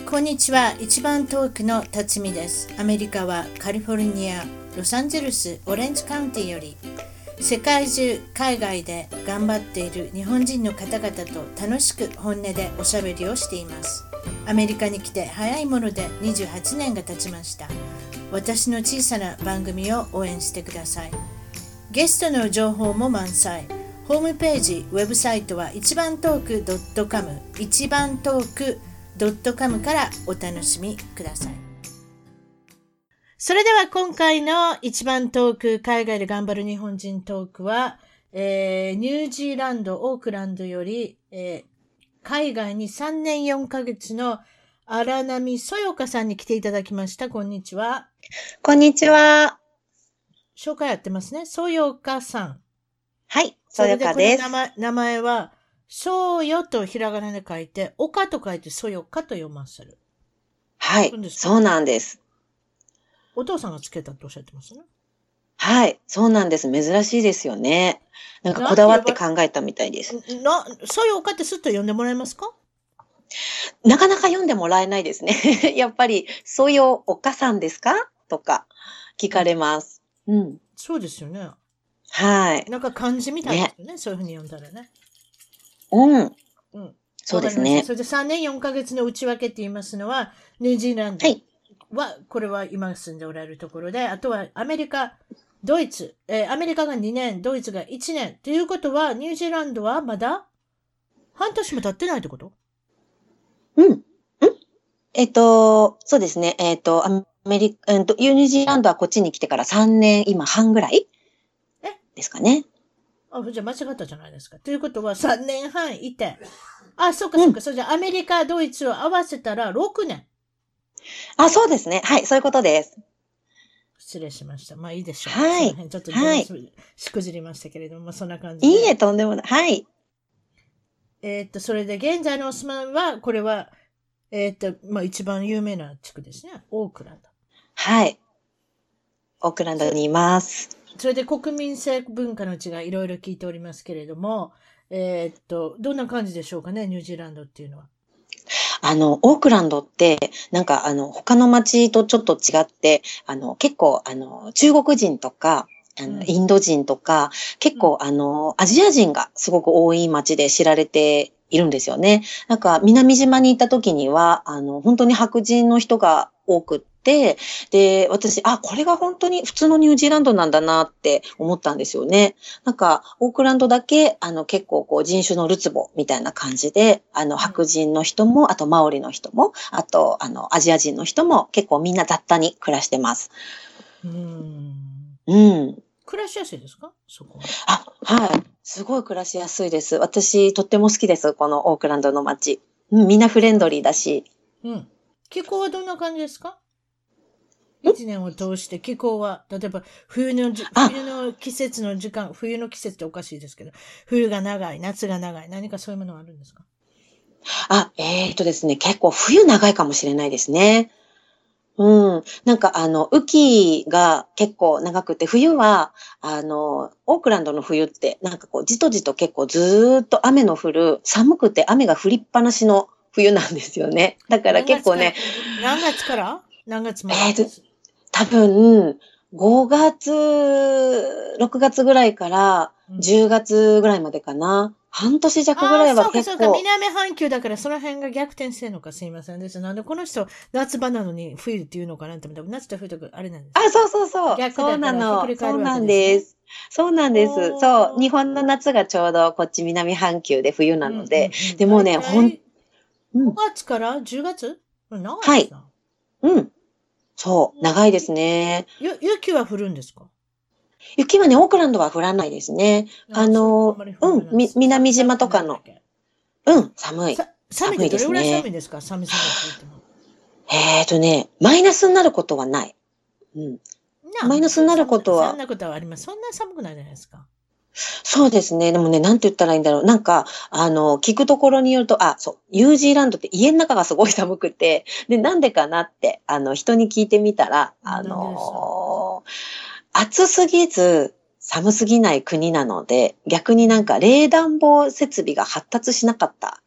こんにちは。一番遠くの辰巳です。アメリカはカリフォルニア、ロサンゼルス、オレンジカウンティより世界中、海外で頑張っている日本人の方々と楽しく本音でおしゃべりをしています。アメリカに来て早いもので28年が経ちました。私の小さな番組を応援してください。ゲストの情報も満載。ホームページ、ウェブサイトは一番トーク .com 一番トーク.com からお楽しみください。それでは今回の一番トーク、海外で頑張る日本人トークは、ニュージーランド、オークランドより、海外に3年4ヶ月の荒波そよかさんに来ていただきました。こんにちは。 こんにちは。 紹介やってますね。そよかさん。 はい、そよかです。 この名前は、そうよとひらがなで書いて、おかと書いてそよかと読ませる。 はい、そうなんです。 お父さんがつけたっておっしゃってますね。 はい、そうなんです。珍しいですよね。なんかこだわって考えたみたいです。 そうよかってすっと読んでもらえますか？ なかなか読んでもらえないですね。やっぱり、そうよおかさんですかとか聞かれます。うん。 そうですよね。 はい。 なんか漢字みたいですよね。そういうふうに読んだらね。 うん。そうですね。 それで3年4ヶ月の内訳って言いますのは、ニュージーランドは、これは今住んでおられるところで、あとはアメリカ、ドイツ、アメリカが2年、ドイツが1年。ということは、ニュージーランドはまだ半年も経ってないってこと？ そうですね。アメリカ、ニュージーランドはこっちに来てから3年、今半ぐらいですかね。 じゃあ間違ったじゃないですか。ということは3年半いて。そうかそうか。それじゃあアメリカ、ドイツを合わせたら6年。 そうですね。はい、そういうことです。 失礼しました。まあいいでしょう。 はい。 その辺ちょっとしくじりましたけれども、そんな感じで。 いいえ、とんでもない。はい。 それで現在のお住まいは、これは、まあ一番有名な地区ですね。オークランド。 はい。オークランドにいます。 それで国民性文化の違いいろいろ聞いておりますけれども、どんな感じでしょうかね、ニュージーランドっていうのは。 オークランドって、なんか他の街とちょっと違って、結構中国人とか、インド人とか、結構アジア人がすごく多い街で知られているんですよね。なんか南島に行った時には、本当に白人の人が多くって、で、私、これが本当に普通のニュージーランドなんだなって思ったんですよね。なんか、オークランドだけ、結構こう人種のるつぼみたいな感じで、白人の人も、あとマオリの人も、あと、アジア人の人も結構みんな雑多に暮らしてます。 暮らしやすいですか？そこは。はい。すごい暮らしやすいです。私、とっても好きです。このオークランドの街。みんなフレンドリーだし。 気候はどんな感じですか？一年を通して気候は、例えば冬の季節の時間、冬の季節っておかしいですけど、冬が長い、夏が長い、何かそういうものはあるんですか？ ですね、結構冬長いかもしれないですね。なんか雨季が結構長くて、冬は、オークランドの冬って、なんかこう、じとじと結構ずーっと雨の降る、寒くて雨が降りっぱなしの冬なんですよね。だから結構ね。 何月から何月まで？ 多分、5月、6月ぐらいから10月ぐらいまでかな。半年弱ぐらいは結構。 そうか。南半球だからその辺が逆転してるのか、すいませんです。なんでこの人、夏場なのに冬っていうのかなって思ったら、夏と冬とかあれなんです。 そう。 逆だからひっくり返るわけですね。 そうなんです。そうなんです。そう。日本の夏がちょうどこっち南半球で冬なので。でもね、 5月から10月？長いですな。 はい。そう。長いですね。 雪は降るんですか？ 雪はね、オークランドは降らないですね。南島とかの。寒い。 寒いってどれぐらい寒いですか？寒さって言っても。マイナスになることはない。マイナスになることは。 そんなことはあります。そんな寒くないじゃないですか。 そうですね。でもね、なんて言ったらいいんだろう。なんか、聞くところによると、ニュージーランドって家の中がすごい寒くて、で、なんでかなって、人に聞いてみたら、暑すぎず、寒すぎない国なので、逆になんか冷暖房設備が発達しなかった。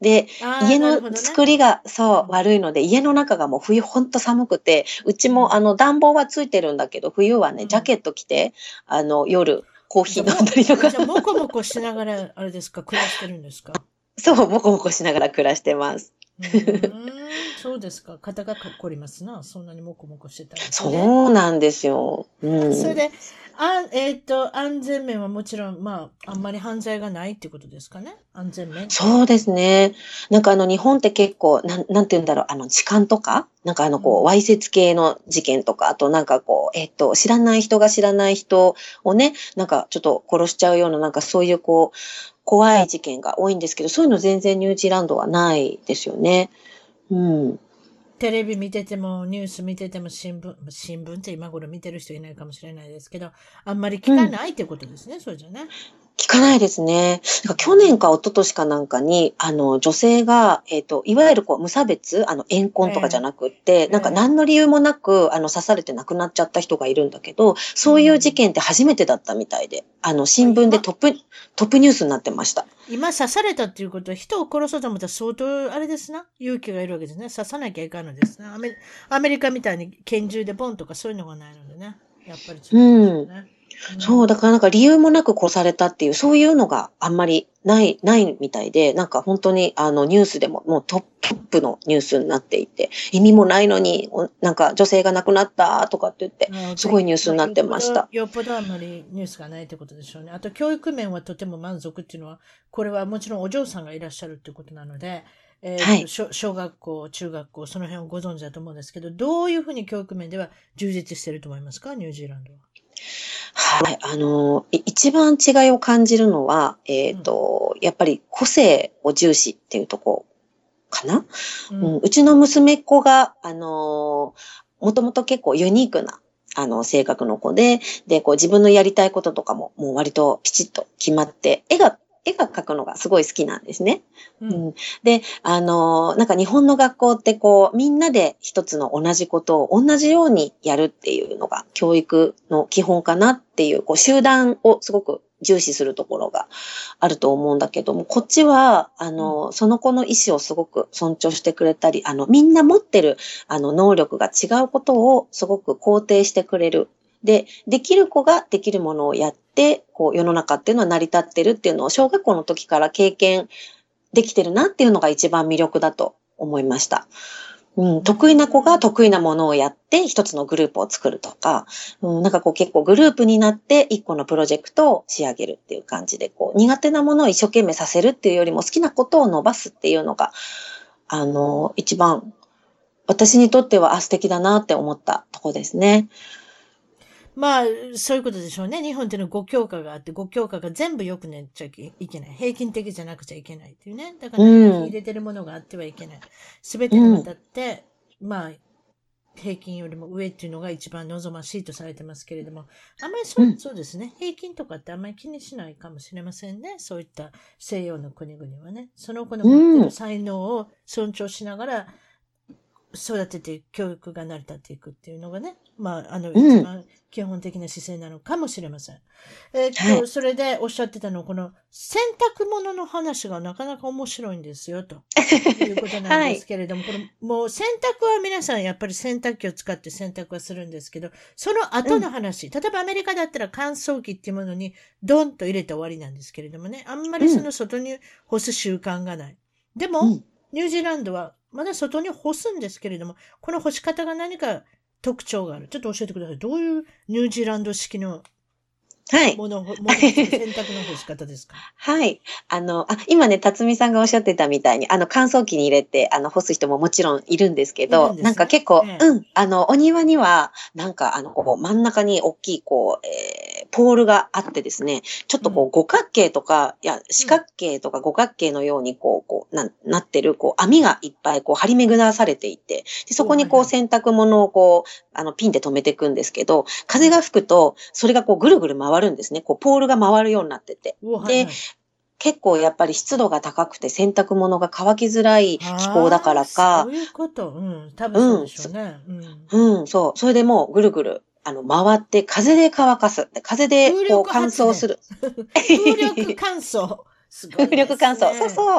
で、 ああ、 家のなるほどね。 作りが、そう、 うん悪いので、家の中がもう冬ほんと寒くて、うちも暖房はついてるんだけど、冬はね、ジャケット着て、夜、コーヒー飲んだりとか、 じゃあ、もこもこしながら、あれですか、暮らしてるんですか？ そう、もこもこしながら暮らしてます。 そうですか。肩が凝りますな。そんなにもこもこしてたら。そそれで、 うなんですよ。うん。 それで、安全面はもちろん、まあ、あんまり犯罪がないってことですかね。安全面っていうのは。 そうですね。なんか日本って結構、なんて言うんだろう、痴漢とか、なんかうんわいせつ系の事件とか、あとなんか知らない人が知らない人をね、なんかちょっと殺しちゃうような、なんかそういう怖い事件が多いんですけど、そういうの全然ニュージーランドはないですよね。うん。 テレビ見てても、ニュース見てても、新聞って今頃見てる人いないかもしれないですけど、あんまり聞かうん。 ないってことですね、それじゃね。 聞かないですね。なんか去年か一昨年かなんかに、女性が、いわゆる無差別、怨恨とかじゃえなくって、 え、 なんかええ、 何の理由もなく、刺されて亡くなっちゃった人がいるんだけど、 うそういう事ん。 件って初めてだったみたいで、 あ、 新聞でトップニュースになってました。 今刺されたっていうことは人を殺そうと思ったら相当あれですな。勇気がいるわけですね。刺さなきゃいかんのですね。アメリカみたいに拳銃でボンとかそういうのがないのでね。やっぱり違うんでしょうん。 うね。うそう、 ん。 だからなんか理由もなく殺されたっていう、そういうのがあんまりないみたいで、なんか本当にニュースでももうトップのニュースになっていて、意味もないのに、なんか女性が亡くなったとかって言って、すごいニュースまあ、 になってました。 よっぽどあんまりニュースがないってことでしょうね。あと教育面はとても満足っていうのは、これはもちろんお嬢さんがいらっしゃるっていうことなので、 はい。 小学校、中学校、その辺をご存知だと思うんですけど、どういうふうに教育面では充実していると思いますか、ニュージーランドは。 はい。一番違いを感じるのは、 うん。 やっぱり個性を重視っていうとこかな。うん、 うん。 うちの娘っ子が、もともと結構ユニークな、性格の子で、で、自分のやりたいこととかも、もう割とピチッと決まって、絵が描くのがすごい好きなんですね。 うん。 うん、で、なんか日本の学校ってみんなで一つの同じことを同じようにやるっていうのが教育の基本かなっていう、集団をすごく重視するところがあると思うんだけども、こっちは、 うん。 その子の意思をすごく尊重してくれたり、みんな持ってる、能力が違うことをすごく肯定してくれる。で、できる子ができるものをやって、世の中っていうのは成り立ってるっていうのを小学校の時から経験できてるなっていうのが一番魅力だと思いました。うん、 う得意な子がん。 得意なものをやって一つのグループを作るとか、なんか結構グループになって一個のプロジェクトを仕上げるっていう感じで、苦手なものを一生懸命させるっていうよりも好きなことを伸ばすっていうのが、一番私にとっては素敵だなって思ったとこですね。 まあ、そういうことでしょうね。日本っていうのは5教科があって、5教科が全部良くなっちゃいけない。平均的じゃなくちゃいけないっていうね。だからう何か秀ん、 でてるものがあってはいけない。すべうてにわん、 たって、まあ、平均よりも上っていうのが一番望ましいとされてますけれども、あんまりうん、 そうですね。平均とかってあんまり気にしないかもしれませんね。そういった西洋の国々はね。その子の持ってるうん、 才能を尊重しながら、育てて教育が成り立っていくっていうのがね、まあ、 うん。 一番基本的な姿勢なのかもしれません。 はい。 それでおっしゃってたのは、この洗濯物の話がなかなか面白いんですよ、ということなんではい。 すけれども、これもう洗濯は皆さんやっぱり洗濯機を使って洗濯はするんですけど、その後うん、 の話、例えばアメリカだったら乾燥機っていうものにドンと入れて終わりなんですけれどもね、あんまりそうん、 の外に干す習慣がない。でも、 うん。 ニュージーランドはまだ外に干すんですけれども、この干し方が何か特徴がある。ちょっと教えてください。どういうニュージーランド式のはい。 洗濯の干し方ですか？ はい。今ね、辰巳さんがおっしゃってたみたいに、乾燥機に入れて、干す人ももちろんいるんですけいるんど、なんですね。 か結構、 ええ。 うん、お庭には、なんか、真ん中に大きい、ポールがあってですね、ちょっとうん。 五角形とか、いや、四うん。 角形とか五角形のように、なってる、網がいっぱい、張り巡らされていて、で、そお、 こにはいはい。 洗濯物をピンで止めていくんですけど、風がうん。 吹くと、それがぐるぐる回るんですね。ポールが回るようになってて。 お、はいで、 はい。 結構やっぱり湿度が高くて洗濯物が乾きづらい気候だかああ、 らか、 そういうこと。うん。多分そううん、 でしょうね。うん。 うん、そう。それでもうぐるぐる、回って風で乾かす。風で風力乾発電。 燥する。 風力乾燥。すごいで風力乾燥。そうすね。 そう。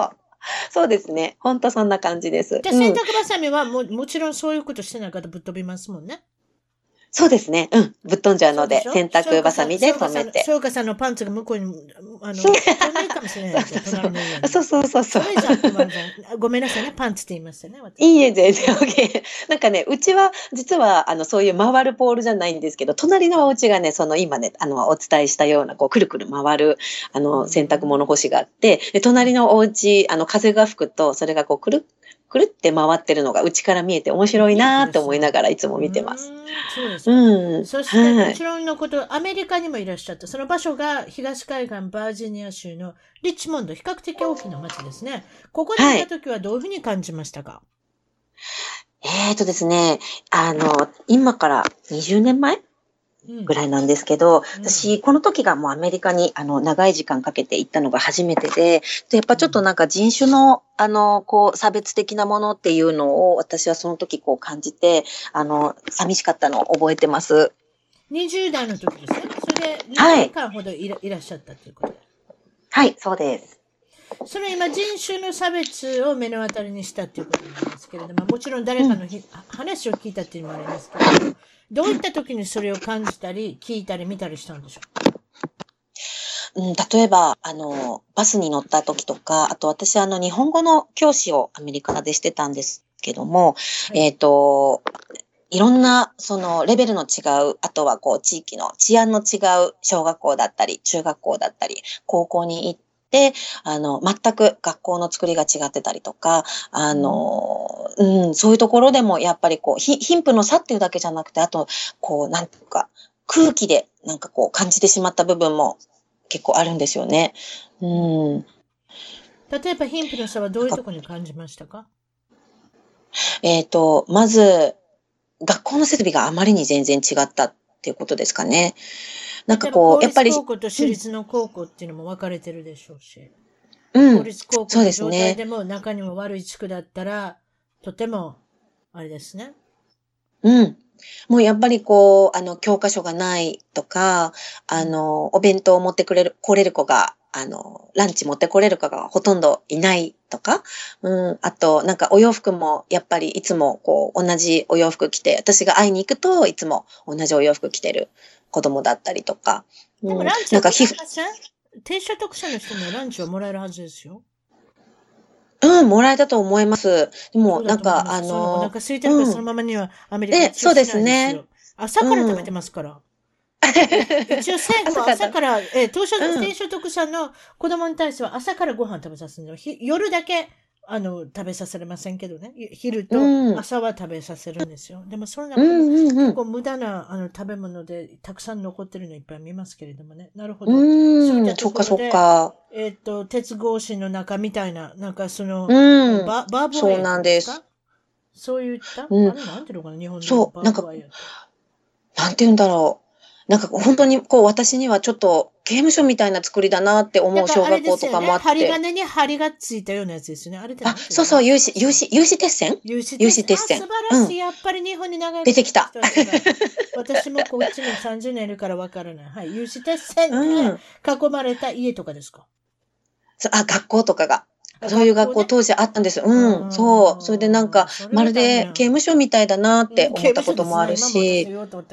そうですね。ほんとそんな感じです。 じゃあ、洗濯バサミはもちろんそういうことしてない方ぶっ飛びますもんね。 そうですね。ぶっ飛んじゃうので、 そうでしょ。 洗濯バサミで留めて。 翔歌さんのパンツが向こうに、飛んでるかもしれないですよ、隣の家に。 そうそうそうそう。 それじゃ困るじゃん。ごめんなさいね、パンツって言いましたね、私。 いいえ、全然 OK。なんかね、うちは、実は、そういう回るポールじゃないんですけど、隣のお家がね、今ね、お伝えしたような、こう、くるくる回る、洗濯物干しがあって、で、隣のお家、風が吹くと、それがこう、くる、くるって回ってるのが、うちから見えて面白いなーって思いながらいつも見てます。 そうですか。そして、 はい。 もちろんのこと、アメリカにもいらっしゃった。その場所が東海岸バージニア州のリッチモンド、比較的大きな町ですね。ここにいたときはどういうふうに感じましたか？ ですね、今から20年前ぐらいなんですけど、私、この時がもうアメリカに、長い時間かけて行ったのが初めてで、やっぱちょっとなんか人種の、こう、差別的なものっていうのを、私はその時こう感じて、寂しかったのを覚えてます。 20代の時ですね。それで、2年間ほどいらっしゃったということで。 はい、そうです。 それ今人種の差別を目の当たりにしたっていうことなんですけれども、もちろん誰かの話を聞いたっていうのもありますけれども、どういった時にそれを感じたり、聞いたり見たりしたんでしょ例えば、バスに乗った時とか、あと私日本語の教師をアメリカでしてたんですけども、はい、いろんな、レベルの違う、あとはこう、地域の治安の違う小学校だったり、中学校だったり、高校に行って、全く学校の作りが違ってたりとか、そういうところでもやっぱりこう、貧富の差っていうだけじゃなくて、あと、こう、なんていうか、空気でなんかこう、感じてしまった部分も結構あるんですよね。 例えば貧富の差はどういうところに感じましたか？ まず、学校の設備があまりに全然違ったっていうことですかね。 なんかこう、やっぱり。公立高校と私立の高校っていうのも分かれてるでしょうし。公立高校の状態でも中にも悪い地区だったら、とても、あれですね。 もうやっぱりこう、教科書がないとか、お弁当を持って来れる子が、ランチ持ってこれる子がほとんどいないとか、あと、なんかお洋服も、やっぱりいつもこう、同じお洋服着て、私が会いに行くといつも同じお洋服着てる子供だったりとか。 でもランチはもらえません？低所得者の人もランチはもらえるはずですよ。 もらえたと思います。でも、なんか、 お腹空いてるからそのままにはアメリカにそうですね。 朝から食べてますから。一応政府は朝から、低所得者の子供に対しては朝からご飯食べさせるの。夜だけ、食べさせれませんけどね。昼と朝は食べさせるんですよ。でもその中で結構無駄な食べ物でたくさん残ってるのいっぱい見ますけれどもね。なるほど。そういったところで、鉄格子の中みたいな、なんかバーボワイヤー。 そうなんです。 そういった、あれなんていうのかな、日本のバーボワイヤー。 なんて言うんだろう。なんか本当にこう私にはちょっと刑務所みたいな作りだなって思う小学校とかもあって。 針金に針がついたようなやつですよね。あれそうそう、有刺鉄線有刺鉄線。素晴らしい。やっぱり日本に長い出てきた。 私もこっちに30年いるからわからない。はい。有刺鉄線で囲まれた家とかですか？ 学校とかが。そういう学校当時あったんです。そう。それでなんか、まるで刑務所みたいだなって思ったこともあるし。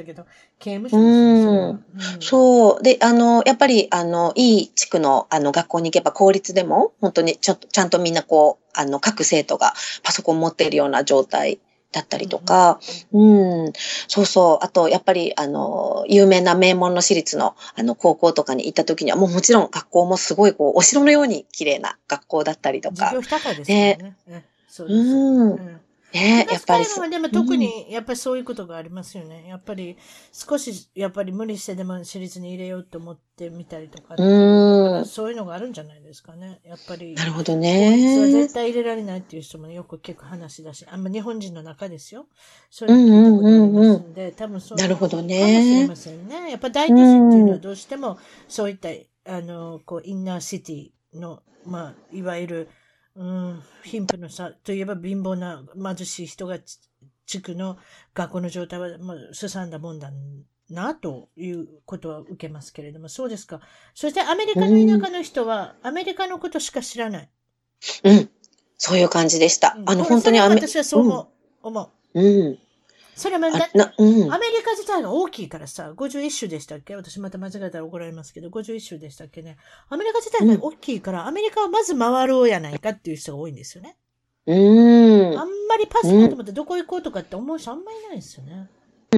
そう。で、やっぱり、いい地区の、学校に行けば公立でも、本当にちゃんとみんなこう、各生徒がパソコン持っているような状態だったりとか、そうそう。あと、やっぱり、有名な名門の私立の、高校とかに行った時には、もちろん学校もすごい、こう、お城のように綺麗な学校だったりとか。 授業高いですね。そうです。 やっぱり。 でも特に、やっぱりそういうことがありますよね。やっぱり、少し、やっぱり無理してでも私立に入れようと思ってみたりとか、そういうのがあるんじゃないですかね。やっぱり。 なるほどね。 は絶対入れられないっていう人もよく結構話だし、日本人の中ですよ。そういうの聞いたことありますんで、多分そういうのかもしれませんね。やっぱ大都市っていうのはどうしても、そういった、こう、インナーシティの、いわゆる、貧富の差といえば貧乏な貧しい人が地区の学校の状態は、すさんだもんだなということは受けますけれども、そうですか。そしてアメリカの田舎の人はアメリカのことしか知らない。 そういう感じでした。本当にそれは私はそう思う。 うん。 それは、 うん。 アメリカ自体が大きいからさ、51州でしたっけ？私また間違えたら怒られますけど、51州でしたっけね。アメリカ自体が大きいから、アメリカはまず回ろうやないかっていう人が多いんですよね。あんまりパスポート持ってどこ行こうとかって思う人あんまりいないですよね。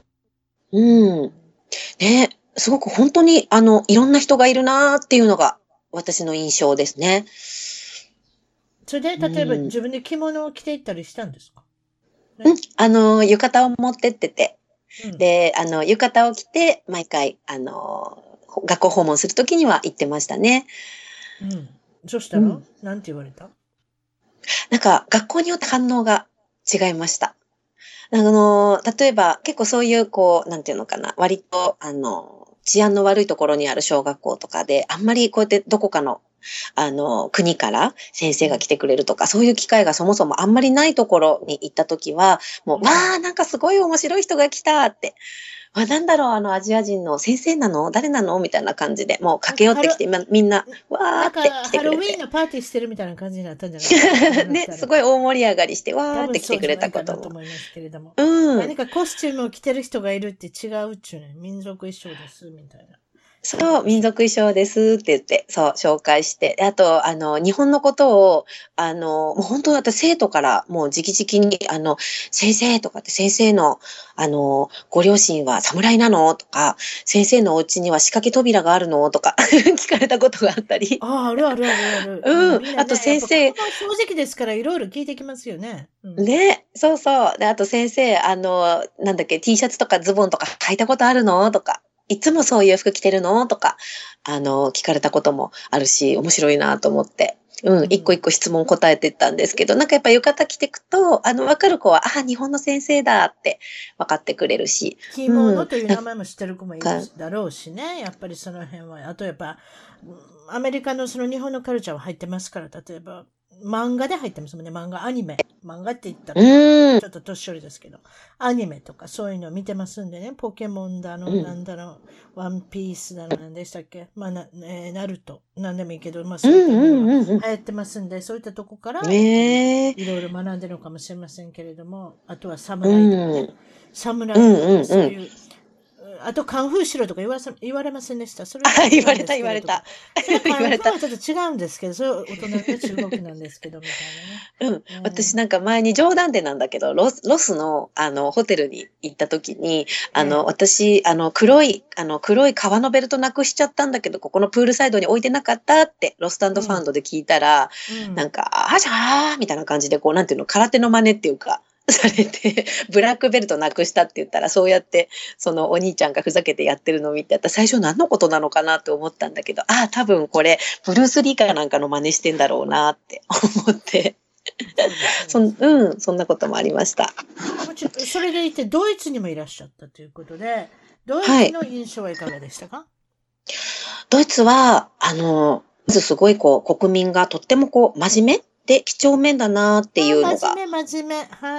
ね、すごく本当に、いろんな人がいるなっていうのが、私の印象ですね。 それで、例えば自分で着物を着ていったりしたんですか？ 浴衣を持ってってて、で、浴衣を着て、毎回、学校訪問するときには行ってましたね。 そしたら、なんて言われた？ なんか、学校によって反応が違いました。例えば、結構そういう、なんていうのかな、割と、治安の悪いところにある小学校とかで、あんまりこうやってどこかの、国から先生が来てくれるとか、そういう機会がそもそもあんまりないところに行ったときは、もう、わー、なんかすごい面白い人が来たって。なんだろう、アジア人の先生なの誰なのみたいな感じで、もう駆け寄ってきて、みんな、わーって来てくれて。 ハロウィーンのパーティーしてるみたいな感じになったんじゃないですか。 ね、すごい大盛り上がりして、わーって来てくれたことも。 と思いますけれども。何かコスチュームを着てる人がいるって違うっちゅうね。民族衣装です、みたいな。 そう、民族衣装ですって言って、そう、紹介して。あと、日本のことを、もう本当私生徒からもう直々に、先生とかって先生の、ご両親は侍なのとか、先生のお家には仕掛け扉があるのとか聞かれたことがあったり。 ある。 あと先生。 正直ですからいろいろ聞いてきますよね。 ね、そうそう。で、あと先生、なんだっけ、T シャツとかズボンとか履いたことあるのとか。いつもそういう服着てるのとか、聞かれたこともあるし、面白いなと思って。一個一個質問答えてったんですけど、なんかやっぱ浴衣着てくと、わかる子は、日本の先生だって分かってくれるし。 着物という名前も知ってる子もいるだろうしね。やっぱりその辺は。あとやっぱ、アメリカのその日本のカルチャーは入ってますから、例えば、漫画で入ってますもんね。漫画、アニメ。漫画って言ったら、ちょっと年寄りですけど、アニメとかそういうのを見てますんでね。ポケモンだの、なんだの、ワンピースだの、なんでしたっけ？まあ、ナルト。なんでもいいけど、まあそういったのが流行ってますんで、そういったとこから、いろいろ学んでるのかもしれませんけれども、あとは侍とかね。侍とかそういう、あと、カンフーしろとか言われませんでした。それは言われた。それカンフーはちょっと違うんですけど、それは大人で中国なんですけど、みたいなね。 私なんか前に冗談でなんだけど、ロスの、ホテルに行った時に、私、黒い革のベルトなくしちゃったんだけど、ここのプールサイドに置いてなかったって、ロスト&ファウンドで聞いたら、なんか、じゃーみたいな感じで、なんていうの、空手の真似っていうか、されて、ブラックベルトなくしたって言ったら、そうやって、そのお兄ちゃんがふざけてやってるのを見て、最初何のことなのかなって思ったんだけど、多分これ、ブルース・リーかなんかの真似してんだろうなって思って。そんなこともありました。 それでいて、ドイツにもいらっしゃったということで、ドイツの印象はいかがでしたか？ ドイツは、まずすごい国民がとっても真面目で几帳面だなっていうのが。 真面目。はい。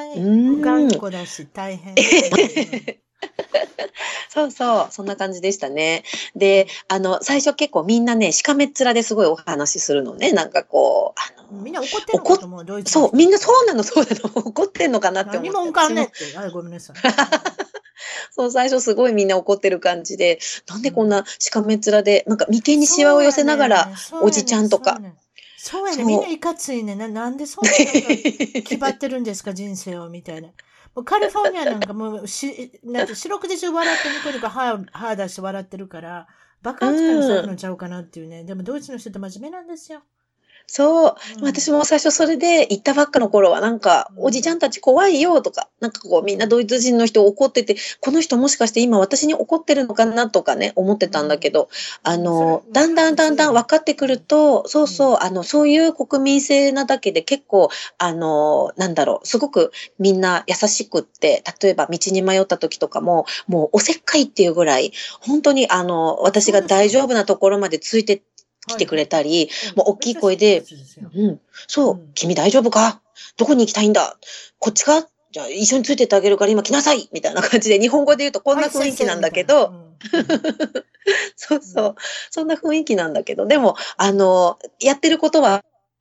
頑固だし、大変。 そう、そんな感じでしたね。で、最初結構みんなね、しかめっ面ですごいお話しするのね。なんかみんな怒ってるのと思う、ドイツ。 そう、みんなそうなの。怒ってんのかなって思って。 何もんかんねって。ごめんなさい。 そう、最初すごいみんな怒ってる感じで、なんでこんなしかめっ面で、なんか眉間にシワを寄せながら、おじちゃんとか。 そうやね。みんないかついね。なんでそんな気張ってるんですか、人生を、みたいな。もうカリフォルニアなんかもうなんて白くでしょ、笑ってニコニコ歯出して笑ってるから、バカ扱いにされるのちゃうかなっていうね。でもドイツの人って真面目なんですよ。 そう。私も最初それで行ったばっかの頃はなんか、おじちゃんたち怖いよとか、なんかみんなドイツ人の人怒ってて、この人もしかして今私に怒ってるのかなとかね、思ってたんだけど、だんだん分かってくると、そういう国民性なだけで結構、なんだろう、すごくみんな優しくって、例えば道に迷った時とかも、もうおせっかいっていうぐらい、本当に私が大丈夫なところまでついて来てくれたり、もう大きい声で、君大丈夫か？どこに行きたいんだ？こっちか？じゃあ一緒についてってあげるから今来なさいみたいな感じで、日本語で言うとこんな雰囲気なんだけど、そんな雰囲気なんだけど、でも、やってることは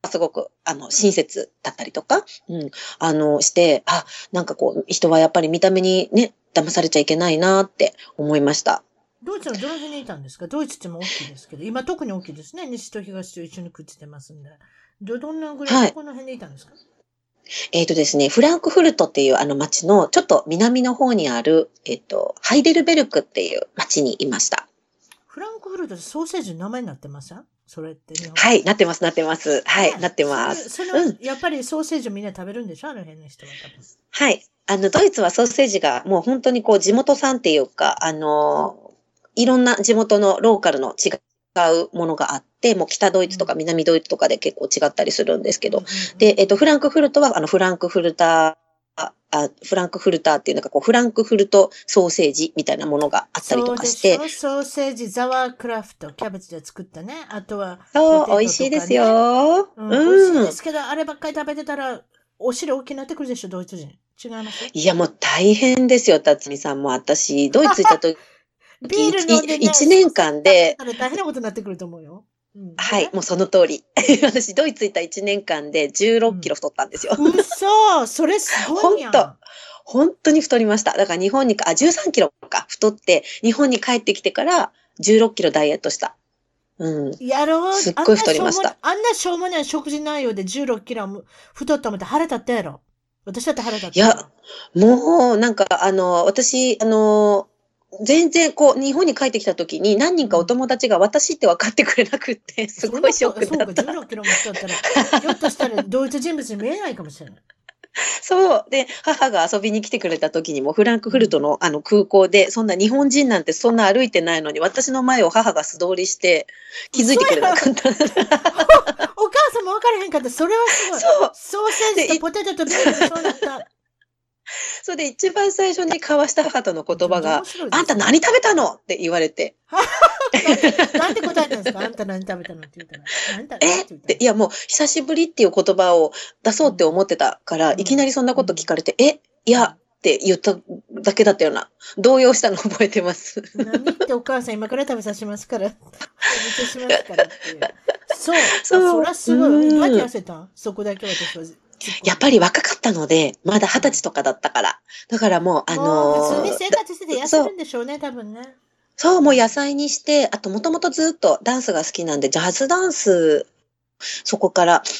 すごく、親切だったりとか、して、なんかこう、人はやっぱり見た目にね、騙されちゃいけないなって思いました。 ドイツのどの辺にいたんですか？ドイツっても大きいですけど、今特に大きいですね。西と東と一緒にくっついてますんで。どんなぐらい、 はい。 どこの辺にいたんですか？ ですね、フランクフルトっていう町のちょっと南の方にある、ハイデルベルクっていう町にいました。 フランクフルトってソーセージの名前になってません？それって日本。 はい、なってます、なってます。はい、 ね、 なってます。 やっぱりソーセージをみんな食べるんでしょ？あの辺の人は多分。 はい。ドイツはソーセージがもう本当にこう地元産っていうか、いろんな地元のローカルの違うものがあって、もう北ドイツとか南ドイツとかで結構違ったりするんですけど、で、フランクフルトはフランクフルターっていうのがこう、フランクフルトソーセージみたいなものがあったりとかして。 そうでしょ？ソーセージ、ザワークラフト、キャベツで作ったね。あとは、 そう、美味しいですよ。 美味しいですけど、あればっかり食べてたら、お尻大きくなってくるでしょ、ドイツ人。違います？ いや、もう大変ですよ、辰巳さんも。私、ドイツ行った時、 ビール飲んでね、 1年間で、 大変なことになってくると思うよ。 はい、もうその通り。私、ドイツ行った1年間で16キロ太ったんですよ。 嘘、それすごいやん。 本当に太りました。だから日本に、13キロか太って、日本に帰ってきてから16キロダイエットした。 やろう。 すっごい太りました。 あんなしょうもない食事内容で16キロ太ったもんって腹立ったやろ。私だって腹立った。 いや、もう、なんか、私、全然こう、日本に帰ってきた時に何人かお友達が私って分かってくれなくって、すごいショックだった。 そうか、16キロも太ったら、ひょっとしたら同一人物に見えないかもしれない。 そう。で、母が遊びに来てくれた時にも、フランクフルトの空港で、そんな日本人なんてそんな歩いてないのに、私の前を母が素通りして、気づいてくれなかった。お母さんも分からへんかった。それはすごい。そう。ソーセージとポテトとビールでそうなった。 それで一番最初に交わした母との言葉が、あんた何食べたのって言われて。 なんて答えたんですか？あんた何食べたのって言ったら。 いやもう久しぶりっていう言葉を出そうって思ってたから、いきなりそんなこと聞かれて、いやって言っただけだったような、動揺したの覚えてます。 何ってお母さん今から食べさせますから。お見せしますからっていう。そう。そりゃすごい。どうやって痩せたん？そこだけ私は。 やっぱり若かったので、まだ20歳とかだったから。だからもう、 普通に生活してて痩せるんでしょうね、多分ね。 そう、もう野菜にして、あともともとずっとダンスが好きなんで、ジャズダンス、そこから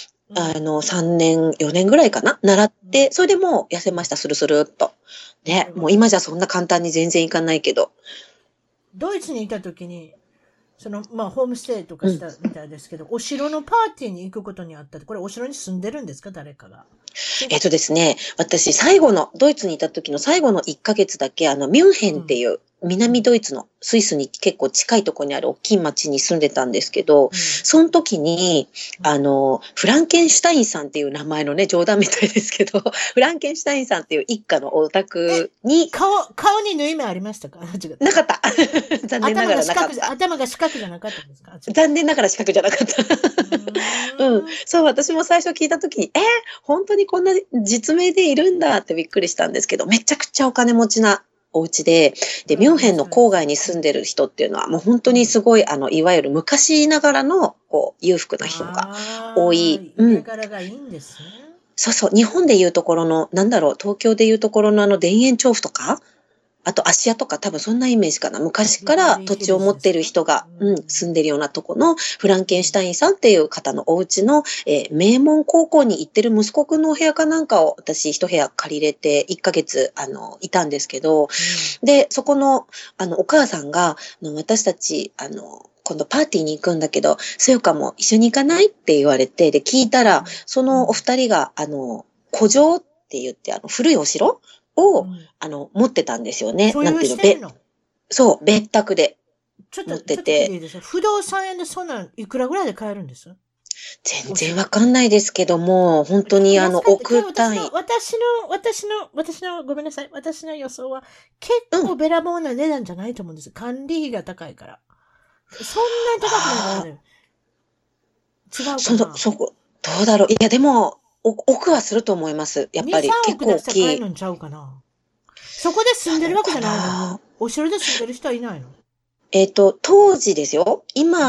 、3年、4年ぐらいかな習って、それでもう痩せました、スルスルっと。ね、もう今じゃそんな簡単に全然いかないけど。 ドイツにいた時に、ホームステイとかしたみたいですけど、お城のパーティーに行くことにあったって、これお城に住んでるんですか？誰かが。 ですね、私ドイツにいた時の最後の1ヶ月だけ、ミュンヘンっていう、南ドイツのスイスに結構近いところにある大きい町に住んでたんですけど、その時に、フランケンシュタインさんっていう名前のね、冗談みたいですけど、フランケンシュタインさんっていう一家のお宅に。顔に縫い目ありましたか？ なかった。残念ながらなかった。 頭が四角じゃなかったんですか？ 残念ながら四角じゃなかった。そう、私も最初聞いた時に、本当にこんな実名でいるんだってびっくりしたんですけど、めちゃくちゃお金持ちなお家で、ミュンヘンの郊外に住んでる人っていうのはもう本当にすごい、いわゆる昔ながらの、こう、裕福な人が多い。 家柄がいいんですね。 そうそう、日本でいうところの、東京でいうところの田園調布とか、あと芦屋とか多分そんなイメージかな。昔から土地を持ってる人が、住んでるようなとこのフランケンシュタインさんっていう方のお家の、名門高校に行ってる息子くんのお部屋かなんかを私一部屋借りれて1ヶ月いたんですけど、で、そこのお母さんが私たち今度パーティーに行くんだけど、そよかも一緒に行かないって言われて、で、聞いたら、そのお二人が、古城って言って、古いお城を、持ってたんですよね。 なんていうの？ そう、別宅で持ってて。 不動産屋でそんなんいくらぐらいで買えるんです？ 全然わかんないですけども、本当に億単位。 私の、ごめんなさい。私の予想は結構べらぼうな値段じゃないと思うんです。管理費が高いから。そんなに高くないの？違うかな？ どうだろう。いや、でも、億はすると思います。やっぱり。結構大きい。 買えるんちゃうかな。そこで住んでるわけじゃないの？お城で住んでる人はいないの？ 当時ですよ。今、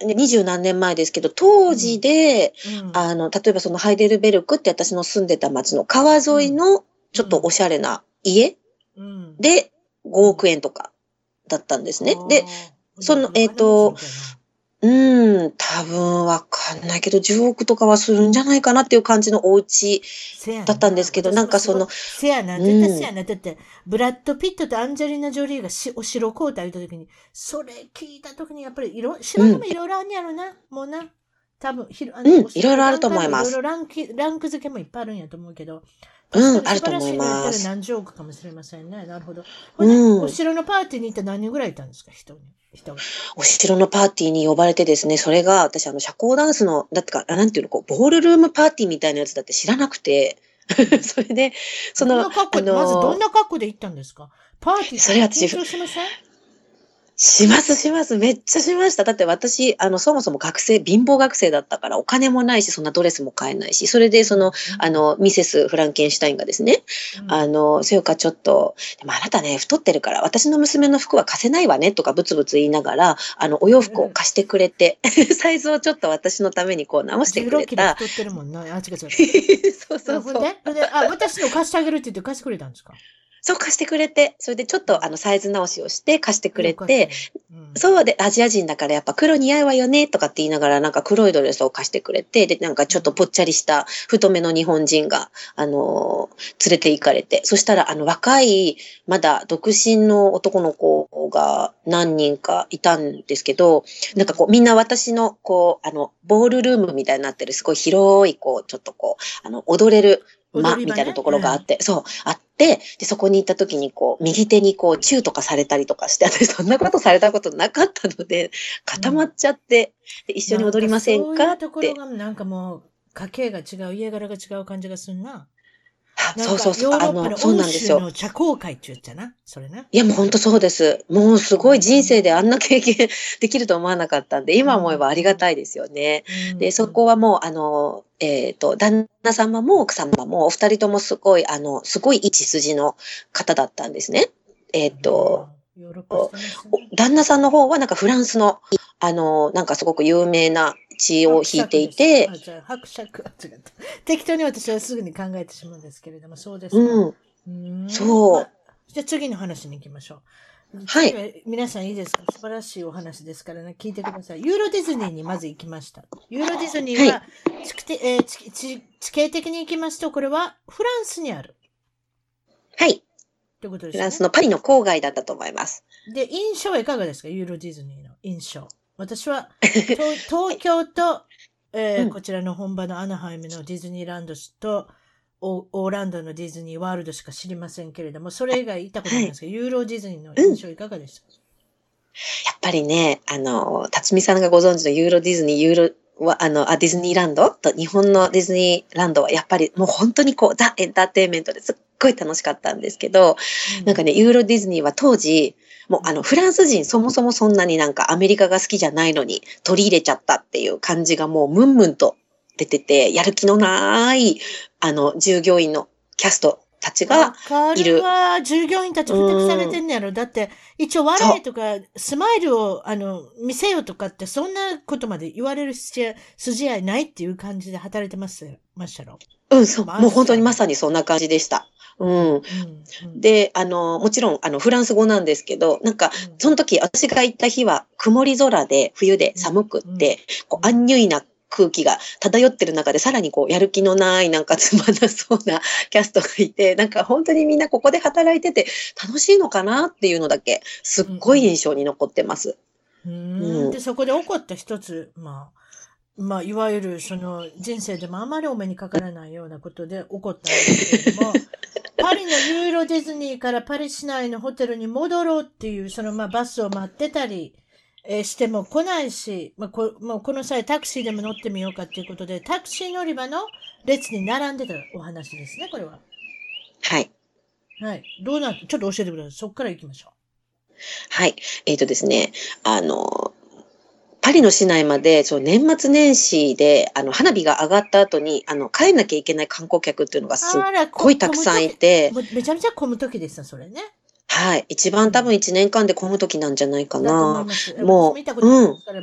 20何年前ですけど、当時で、 うん。 例えばそのハイデルベルクって私の住んでた町の川沿いのちょっとおしゃれな家うん。 で5億円とかだったんですね。で、 ああ。じゃあ、お金持ちみたいな。 多分わかんないけど、10億とかはするんじゃないかなっていう感じのお家せやだったんでんな。 すけど、 私もすごい、せやな。絶対せうん、 やな。だって、ブラッド・ピットとアンジェリーナ・ジョリーがお城交代言った時に、それ聞いた時に、やっぱり城でもいろいろあんねやろな。もうな。多分、おいろいろあると城の段階思います。 もいろいろランク付けもいっぱいあるんやと思うけど、確かにあると思い素晴らしいのやったらます。 何十億かもしれませんね。なるほど。ほんで、おうん。 城のパーティーに行ったら何人ぐらいいたんですか、人が。 お城のパーティーに呼ばれてですね、それが私社交ダンスの、だってか、なんていうの、ボールルームパーティーみたいなやつだって知らなくて、それで、そどんの、 な格好、まずどんな格好で行ったんですか？パーティーってそれ私、 緊張しません？ します、します。めっちゃしました。だって私、そもそも貧乏学生だったから、お金もないし、そんなドレスも買えないし、それで、 うん、うん、 ミセス・フランケンシュタインがですね、 うん。 それかちょっと、でもあなたね、太ってるから、私の娘の服は貸せないわね、とかブツブツ言いながら、お洋服を貸してくれて、サイズをちょっと私のためにこう直してく 16 れた。 キロ太ってるもんな。あ、違う違う。 そうそうそう。 ほんで、あ、私の貸してあげるって言って貸してくれたんですか？ そう貸してくれて、それでちょっとサイズ直しをして貸してくれて、 よかったよ。うん。 そうで、アジア人だからやっぱ黒似合うわよね、とかって言いながら、なんか黒いドレスを貸してくれて、で、なんかちょっとぽっちゃりした太めの日本人が、連れて行かれて、そしたら、若い、まだ独身の男の子が何人かいたんですけど、なんかこう、みんな私の、こう、ボールルームみたいになってる、すごい広い、こう、ちょっとこう、踊れる、 踊り場ね。 みたいなとこうん。 ろがあって、そう、あって、で、そこに行った時にこう、右手にこう、チューとかされたりとかして、私そんなことされたことなかったので、 うん。 固まっちゃって、で、一緒になんか踊りませんそういうかって。 ところが、なんかもう、家系が違う、家柄が違う感じがするな。なんか、 そうそうそう、 ヨーロッパのそう欧なんですよ。 州の茶交会って言っちゃな。それな。 いや、もう本当そうです。もうすうごい人生であん。 んな経験できると思わなかったんで、今思えうん。 ばありがたいですよね。 うで、そん。 こはもう、旦那様も奥様も、お二人ともすごい、すごい一筋の方だったんですね。えっと、 ヨーロッパしてますね。 旦那さんの方はなんかフランスの、なんかすごく有名な血を伯引いて爵です。 いて、 あ、じゃあ、伯爵。違った。適当に私はすぐに考えてしまうんですけれども、そうですか。 うん、 まあ、 そう、 じゃあ次の話に行きましょう。次ははい、 皆さんいいですか？素晴らしいお話ですからね、聞いてください。ユーロディズニーにまず行きました。ユーロディズニーはい、 は地形的に行きますと、これはフランスにあるはい。 ということでフランスすね。 のパリの郊外だったと思います。 で、印象はいかがですか？ユーロディズニーの印象。私は、東京と、 うん、 こちらの本場のアナハイムのディズニーランドと、オーランドのディズニーワールドしか知りませんけれども、それ以外行ったことはい。 ないんですけど、ユーロディズニーのうん。 印象いかがでした？ やっぱりね、辰巳さんがご存知のユーロディズニー、ディズニーランドと日本のディズニーランドはやっぱりもう本当にこう、ザ・エンターテインメントですっごい楽しかったんですけど、 うん。 なんかね、ユーロディズニーは当時、もううん。 フランス人そもそもそんなになんかアメリカが好きじゃないのに取り入れちゃったっていう感じがもうムンムンと出てて、やる気のない、従業員のキャストたちわがかるいる。 わ。従業員たちうふてくされーん。 てんねやろ。だって、一応そう。 笑いとか、スマイルを、見せよとかって、そんなことまで言われる筋合いないっていう感じで働いてましたろ。 うん、そう。もう本当にままさに。 さにそんな感じでした。 うん、 うん。 うん、うん、 で、もちろん、フランス語なんですけど、なんか、 うん、 その時、私が行った日は、曇り空で、冬でうん、 寒くっうん、 て、こう、アうん。 ンニュイな空気が漂ってる中で、さらにこう、やる気のない、なんかつまんなそうなキャストがいて、なんか本当にみんなここで働いてて、楽しいのかなっていうのだけ、すっうんごい印象に残ってます。 で、 うん。 そこで起こった一つ、いわゆる、人生でもあまりお目にかからないようなことで起こったんですけれども、パリのユーロディズニーからパリ市内のホテルに戻ろうっていう、バスを待ってたり、しても来ないし、もうこの際タクシーでも乗ってみようかっていうことで、タクシー乗り場の列に並んでたお話ですね、これは。 はい。 はい。どうなって、ちょっと教えてください。そこから行きましょはい。ですね、あの、パリの市内まで、そう、年末年始で、花火が上がった後に、帰んなきゃいけない観光客っていうのがう。 すっあら、 ごいたくさんい混むとき、 て、 めちゃめちゃ混むときですね、それね。 はい。一番多分うん。 1年間で混む時なんじゃないかだと思いな。 ます。私ももう、 見たことあります、それも。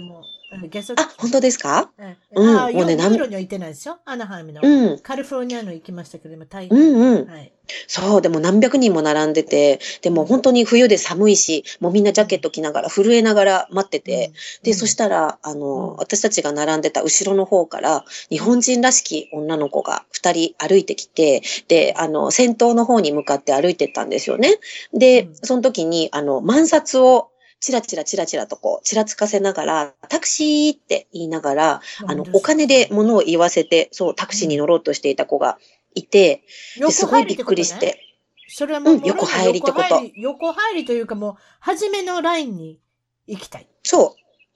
ゲストあ、本当ですか？ ユもうね、 ーロには行ってないですよ。アナハイムの。 うん、 カリフォルニアの行きましたけども、大変。 うんうん。 はい。 そう、でも何百人も並んでて、でも本当に冬で寒いし、もうみんなジャケット着ながら、震えながら待ってて、で、そしたら、私たちが並んでた後ろの方から、日本人らしき女の子が二人歩いてきて、で、先頭の方に向かって歩いてったんですよね。で、その時に、万札を、チラチラチラチラとこう、ちらつかせながら、タクシーって言いながら、お金で物を言わせて、そう、タクシーに乗ろうとしていた子がいて、で、すごいびっくりして。 それはもう、 横入りってこと。 横入りというかもう、初めのラインに行きたい。 そう。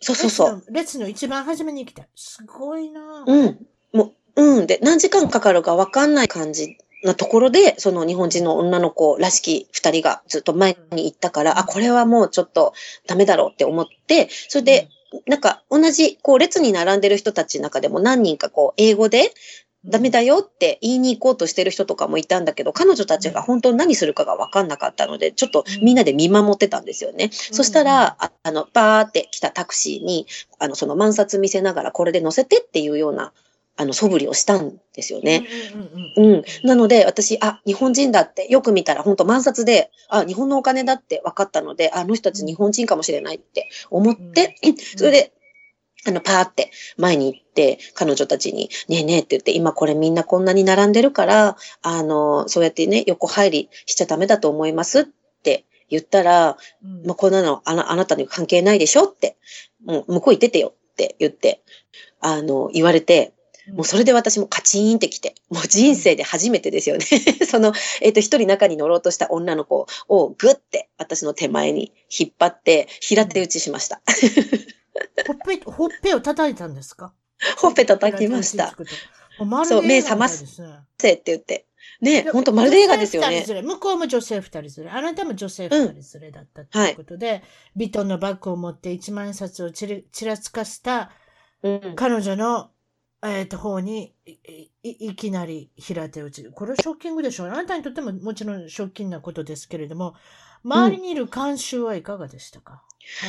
そうそうそう。 列の一番初めに行きたい。すごいなぁ。もう、で、何時間かかるかわかんない感じなところで、その日本人の女の子らしき二人がずっと前に行ったから、これはもうちょっとダメだろうって思って、それで、なんか同じ、こう列に並んでる人たちの中でも何人かこう英語で、ダメだよって言いに行こうとしてる人とかもいたんだけど、彼女たちが本当に何するかが分かんなかったので、ちょっとみんなで見守ってたんですよね。そしたら、バーって来たタクシーに、その万札見せながらこれで乗せてっていうような、素振りをしたんですよね。なので、私、日本人だってよく見たら本当万札で、日本のお金だって分かったので、あの人たち日本人かもしれないって思って、それで、パーって前に行って、彼女たちに、ねえねえって言って、今これみんなこんなに並んでるから、そうやってね、横入りしちゃダメだと思いますって言ったら、まあ、こんなのあなたに関係ないでしょって、もう向こう行っててよって言って、言われて、もうそれで私もカチーンってきて、もう人生で初めてですよね。その、一人中に乗ろうとした女の子をグッて私の手前に引っ張って、平手打ちしました。 ほっぺを叩いたんですか？ ほっぺ叩きました。そう、目覚ませって言って。ね、ほんとまるで映画ですよね。 向こうも女性二人連れ。あなたも女性二人連れだったということで、ビトンのバッグを持って1万円札をちらつかせた彼女の、方にいきなり平手打ち。これはショッキングでしょう。あなたにとってももちろんショッキングなことですけれども、周りにいる慣習はいかがでしたか？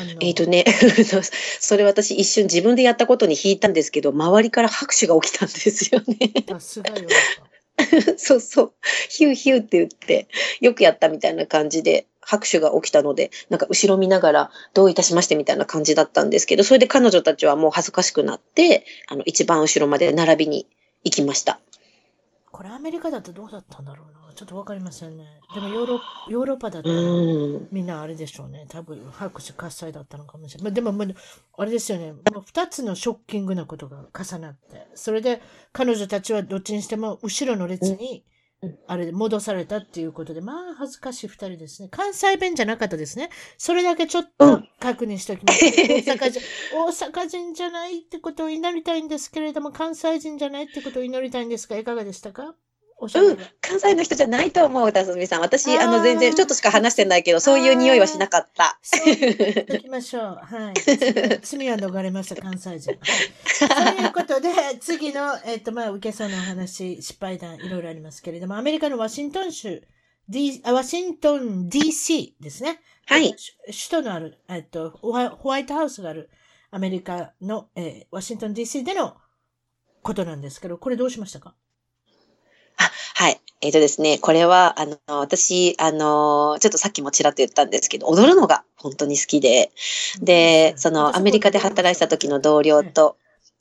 それ私一瞬自分でやったことに引いたんですけど、周りから拍手が起きたんですよね。 さすがよ。 そうそう。ヒューヒューって言って、よくやったみたいな感じで拍手が起きたので、なんか後ろ見ながらどういたしましてみたいな感じだったんですけど、それで彼女たちはもう恥ずかしくなって、一番後ろまで並びに行きました。 これアメリカだとどうだったんだろうな。ちょっとわかりませんね。でもヨーロッパだったらみんなあれでしょうね。多分拍手喝采だったのかもしれない。でも、あれですよね。もう2つのショッキングなことが重なって。それで彼女たちはどっちにしても後ろの列にあれで戻されたっていうことで、まあ恥ずかしい2人ですね。関西弁じゃなかったですね。それだけちょっと確認しておきます。大阪人じゃないってことを祈りたいんですけれども、関西人じゃないってことを祈りたいんですが、いかがでしたか？ 関西の人じゃないと思う、たすみさん。私、全然、ちょっとしか話してないけど、そういう匂いはしなかった。 そう行きましょう。はい。罪は逃れました、関西人。はい。ということで、次の、受けそうなお話、失敗談、いろいろありますけれども、アメリカのワシントン州、ワシントン DC ですね。 はい。 首都のある、ホワイトハウスがあるアメリカの、ワシントン DC でのことなんですけど、これどうしましたか？ はい。ですね、これは、私、ちょっとさっきもちらっと言ったんですけど、踊るのが本当に好きで、で、アメリカで働いてた時の同僚と、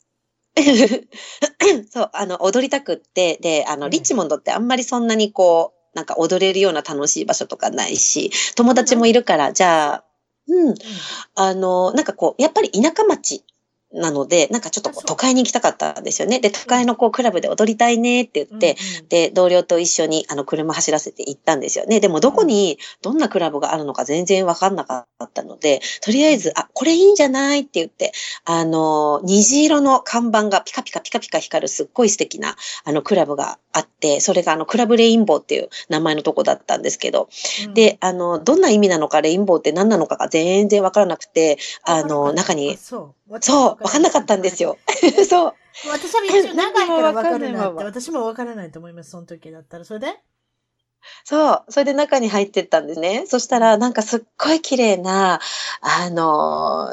そう、踊りたくって、で、リッチモンドってあんまりそんなにこう、なんか踊れるような楽しい場所とかないし、友達もいるから、じゃあ、なんかこう、やっぱり田舎町なので、なんかちょっとこう都会に行きたかったんですよね。で、都会のこうクラブで踊りたいねって言って、で、同僚と一緒に車走らせて行ったんですよね。でもどこにどんなクラブがあるのか全然わかんなかったので、とりあえず、これいいんじゃないって言って、虹色の看板がピカピカピカピカ光るすっごい素敵なクラブがあって、それがクラブレインボーっていう名前のとこだったんですけど、で、どんな意味なのかレインボーって何なのかが全然わからなくて、中に、そう、わかんなかったんですよ。そう。 私は一応長いからわかるなって、私もわからないと思います、その時だったら。それでそう。それで中に入ってったんですね。そしたら、なんかすっごい綺麗な、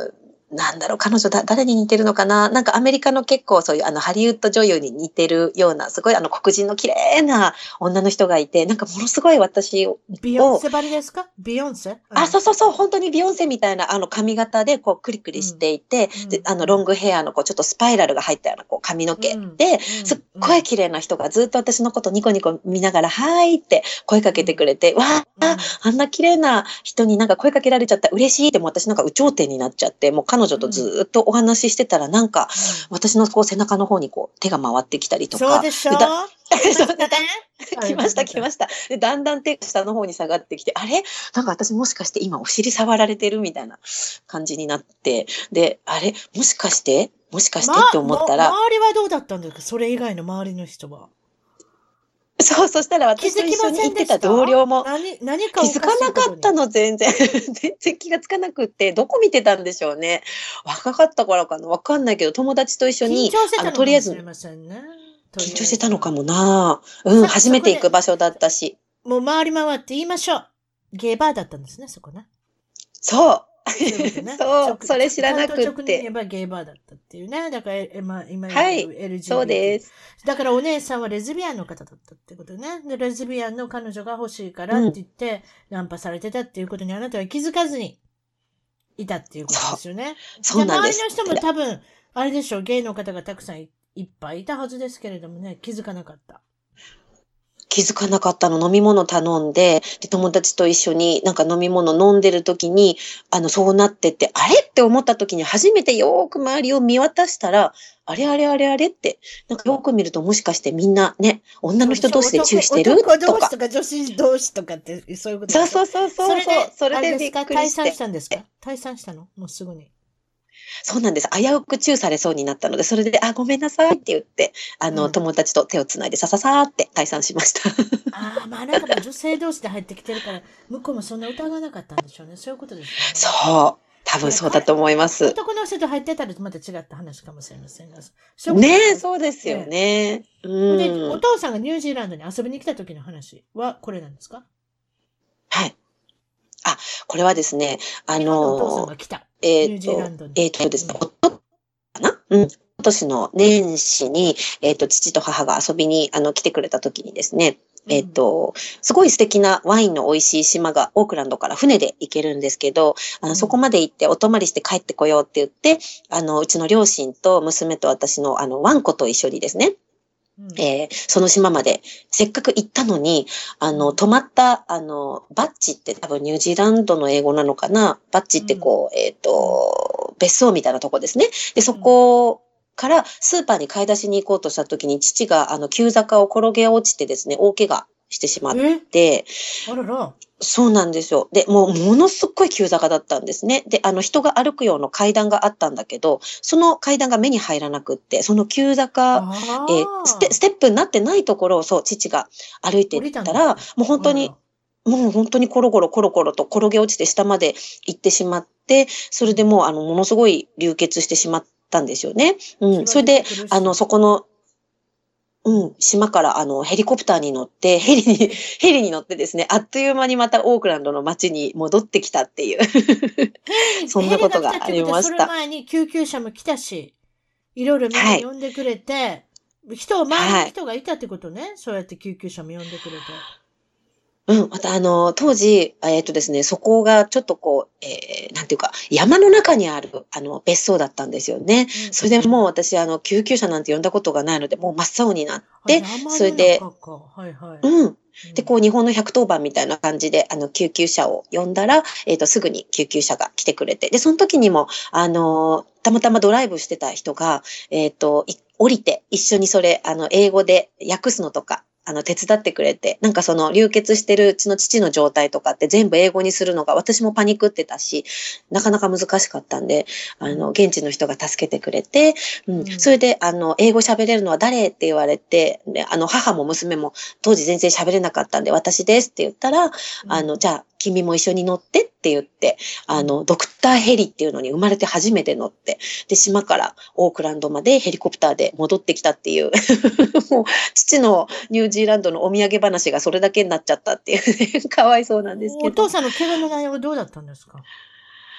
なんだろう、彼女誰に似てるのかな、なんかアメリカの結構そういうハリウッド女優に似てるような、すごい黒人の綺麗な女の人がいて、なんかものすごい私を、 ビヨンセばりですか？ビヨンセ？ そうそうそう、本当にビヨンセみたいな髪型でこうクリクリしていて、でロングヘアのこうちょっとスパイラルが入ったようなこう髪の毛で、すっごい綺麗な人がずっと私のことニコニコ見ながら、はーいって声かけてくれて、わあ、あんな綺麗な人になんか声かけられちゃった、嬉しいって、もう私なんか有頂天になっちゃって、もう彼女とずっとお話ししてたら、なんか、私のこう背中の方にこう手が回ってきたりとか。 そうでしょ？ 来ました。で、だんだん手が下の方に下がってきて、あれなんか私もしかして今お尻触られてるみたいな感じになって、で、あれもしかしてって思ったら。 周りはどうだったんですか？それ以外の周りの人は。 そう、そしたら私と一緒に行ってた同僚も何か気づかなかったの、全然気がつかなくって、どこ見てたんでしょうね。若かったからかな、わかんないけど、友達と一緒に、とりあえず、緊張してたのかもな。初めて行く場所だったし。 もう回り回って言いましょう。ゲーバーだったんですね、そこね。 そう。そう、それ知らなくって。 直に言えばゲイバーだったっていうね。だから、今言う LGBT。 そうです。 だからお姉さんはレズビアンの方だったってことね。で、レズビアンの彼女が欲しいからって言って、ナンパされてたっていうことにあなたは気づかずにいたっていうことですよね。 そうなんです。 周りの人も多分、あれでしょう、ゲイの方がたくさんいっぱいいたはずですけれどもね、気づかなかった。 気づかなかったの。飲み物頼んで、友達と一緒になんか飲み物飲んでる時に、そうなってて、あれって思った時に初めてよーく周りを見渡したら、あれって、なんかよく見るともしかしてみんなね、女の人同士でチューしてるとか。 男同士とか女子同士とかって、そういうことですか？ そう。それでびっくりして。 退散したんですか？退散したの？もうすぐに。 そうなんです。危うくチューされそうになったので、それで、ごめんなさいって言って、友達と手をつないでさーって退散しました。 まあなんか女性同士で入ってきてるから、向こうもそんな疑わなかったんでしょうね。そういうことですよね。 そう。多分そうだと思います。 男の人と入ってたらまた違った話かもしれませんが。 ねえ、そうですよね。 で、お父さんがニュージーランドに遊びに来た時の話はこれなんですか？ はい。これはですね、 お父さんが来た。ニュージーランドに。 ですね、かな？今年の年始に、父と母が遊びに、来てくれた時にですね、すごい素敵なワインの美味しい島がオークランドから船で行けるんですけど、そこまで行ってお泊まりして帰ってこようって言って、うちの両親と娘と私のワンコと一緒にですね、その島までせっかく行ったのに、泊まった、バッジって多分ニュージーランドの英語なのかな。バッジってこう、別荘みたいなとこですね。で、そこからスーパーに買い出しに行こうとした時に父が急坂を転げ落ちてですね、大怪我してしまって、 あらら。 そうなんですよ。で、ものすっごい急坂だったんですね。で、人が歩くような階段があったんだけど、その階段が目に入らなくって、その急坂、ステップになってないところを、父が歩いていったら、もう本当にコロコロと転げ落ちて下まで行ってしまって、それでもう、ものすごい流血してしまったんですよね。それで、そこの、島からヘリコプターに乗って、ヘリに乗ってですね、あっという間にまたオークランドの街に戻ってきたっていう。そんなことがありました。 その前に救急車も来たし、いろいろみんな呼んでくれて、周りの人がいたってことね。そうやって救急車も呼んでくれて。 また当時、ですね、そこがちょっとこう、なんていうか、山の中にある、別荘だったんですよね。それでもう私、救急車なんて呼んだことがないので、もう真っ青になって、それで、で、こう、日本の110番みたいな感じで、救急車を呼んだら、すぐに救急車が来てくれて、で、その時にも、たまたまドライブしてた人が、降りて、一緒にそれ、英語で訳すのとか、手伝ってくれて、なんかその流血してるうちの父の状態とかって全部英語にするのが私もパニックってたし、なかなか難しかったんで、現地の人が助けてくれて、それで、英語喋れるのは誰って言われて、で、母も娘も当時全然喋れなかったんで、私ですって言ったら、じゃあ、君も一緒に乗ってって言って、ドクターヘリっていうのに生まれて初めて乗って、で、島からオークランドまでヘリコプターで戻ってきたっていう、もう、父のニュージーランドのお土産話がそれだけになっちゃったっていう、かわいそうなんですけど。 お父さんの怪我の内容はどうだったんですか？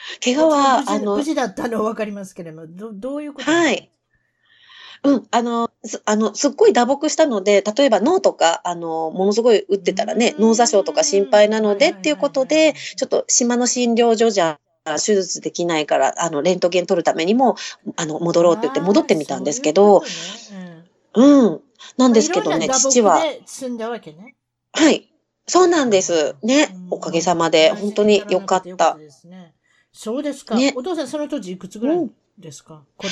怪我は、 無事だったのはわかりますけれども、どういうことはい。うん、すっごい打撲したので、例えば脳とか、ものすごい打ってたらね、脳挫傷とか心配なのでっていうことで、ちょっと島の診療所じゃ、手術できないから、レントゲン取るためにも、戻ろうって言って戻ってみたんですけど、うん。なんですけどね、父は。 いろんな打撲で済んだわけね。 はい。そうなんです。ね。おかげさまで、本当に良かった。 そうですか。 ね。 お父さんその当時いくつぐらいですか？父、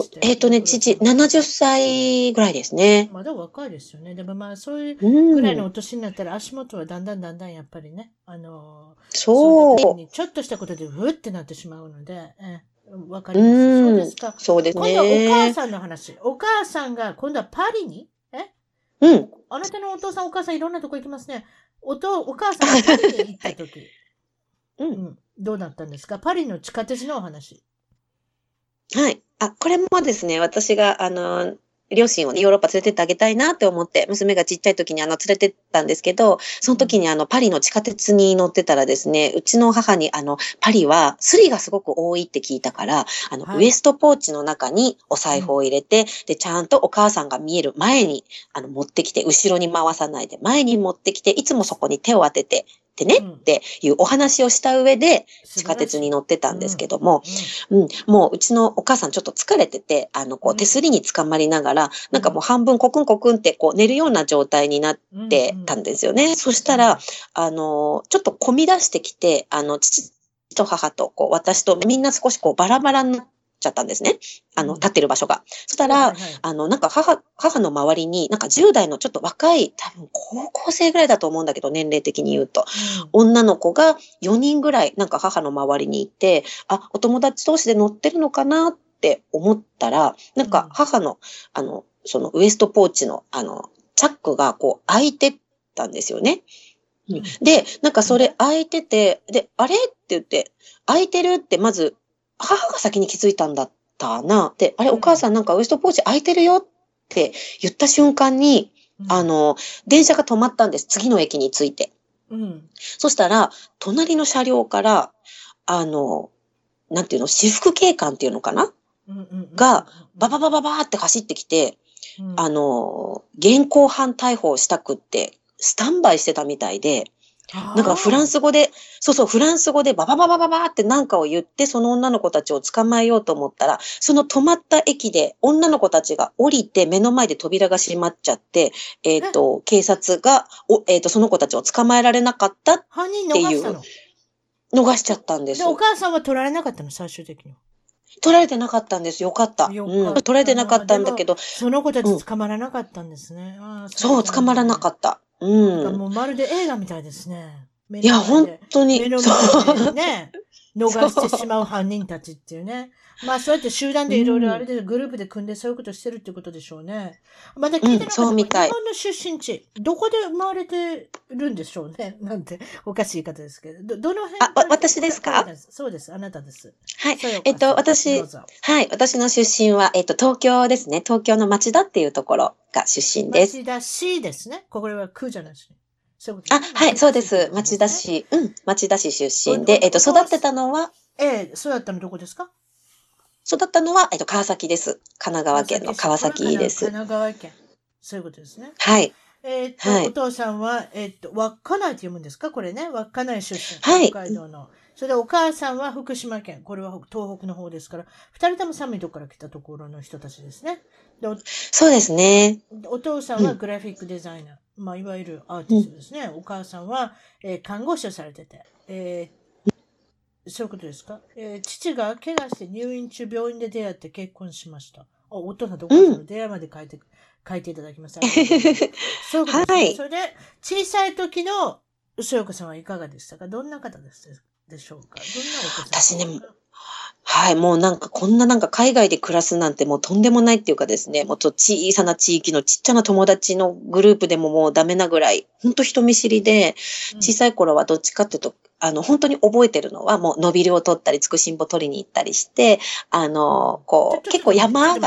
70歳ぐらいですね。 まだ若いですよね。でもまあ、そういうぐらいのお年になったら足元はだんだんやっぱりね、 そう。 ちょっとしたことでふってなってしまうので、わかります。そうですか。 そうですね。 今度はお母さんの話。お母さんが今度はパリにうん。 あなたのお父さんお母さんいろんなとこ行きますね。お母さんがパリに行った時、 はい、 どうなったんですか？パリの地下鉄のお話。 はい。これもですね、私が、両親をヨーロッパ連れてってあげたいなって思って、娘がちっちゃい時に連れてったんですけど、その時にパリの地下鉄に乗ってたらですね、うちの母にパリはスリがすごく多いって聞いたから、はい、ウエストポーチの中にお財布を入れて、で、ちゃんとお母さんが見える前に、持ってきて、後ろに回さないで前に持ってきて、いつもそこに手を当てて、ってね、っていうお話をした上で、地下鉄に乗ってたんですけども、もううちのお母さんちょっと疲れてて、手すりに捕まりながら、なんかもう半分コクンコクンって寝るような状態になってたんですよね。そしたら、ちょっと込み出してきて、父と母と、私とみんな少しバラバラになっちゃったんですね。立ってる場所が。そしたら、なんか母の周りに、なんか10代のちょっと若い、多分高校生ぐらいだと思うんだけど、年齢的に言うと。女の子が4人ぐらい、なんか母の周りにいて、お友達同士で乗ってるのかなって思ったら、なんか母の、そのウエストポーチの、チャックが開いてたんですよね。で、なんかそれ開いてて、で、あれって言って、開いてるってまず、母が先に気づいたんだったな。で、あれお母さんなんかウエストポーチ開いてるよって言った瞬間に、電車が止まったんです。次の駅に着いて。そしたら、隣の車両から、なんていうの、私服警官っていうのかなが、バババババーって走ってきて、現行犯逮捕をしたくって、スタンバイしてたみたいで、なんかフランス語でババババババってなんかを言って、その女の子たちを捕まえようと思ったら、その止まった駅で女の子たちが降りて目の前で扉が閉まっちゃって、警察が、その子たちを捕まえられなかったっていう。逃しちゃったんです。 で、お母さんは取られなかったの、最終的には。 取られてなかったんです。よかった。取られてなかったんだけど。 その子たち捕まらなかったんですね。 そう、捕まらなかった。 もうまるで映画みたいですね。 いや、本当に。 目の前でね、逃してしまう犯人たちっていうね。まあそうやって集団でいろいろあれでグループで組んでそういうことしてるってことでしょうね。まだ聞いてなかった。 そうみたい。 日本の出身地、どこで生まれてるんでしょうね。なんておかしい言い方ですけど。どの辺私ですか？ そうです。あなたです。 はい。私の出身は、東京ですね。東京の町田っていうところが出身です。 町田市ですね。これは区じゃないですね。 はい、そうです。町田市。町田市出身で、育ってたのは、 育ったのどこですか？ 育ったのは、川崎です。神奈川県の川崎です。 神奈川県。そういうことですね。 はい。 お父さんは、稚内って読むんですか？これね。稚内出身。 はい。 北海道の。それでお母さんは福島県。これは東北の方ですから、二人とも寒いとこから来たところの人たちですね。 そうですね。 お父さんはグラフィックデザイナー。まあ、いわゆるアーティストですね。お母さんは、看護師をされてて、そういうことですか？父が怪我して入院中病院で出会って結婚しました。お父さんとお母さんの出会いまで書いていただきます。そういうことですね。はい。それで、小さい時のそよこさんはいかがでしたか？どんな方でしょうか？どんなお子さん私ね、はい、もうなんかこんななんか海外で暮らすなんてもうとんでもないっていうかですね、もっと小さな地域のちっちゃな友達のグループでももうダメなぐらい、本当人見知りで、小さい頃はどっちかっていうと、本当に覚えてるのはもう伸びるを取ったり、つくしんぼ取りに行ったりして、結構山が、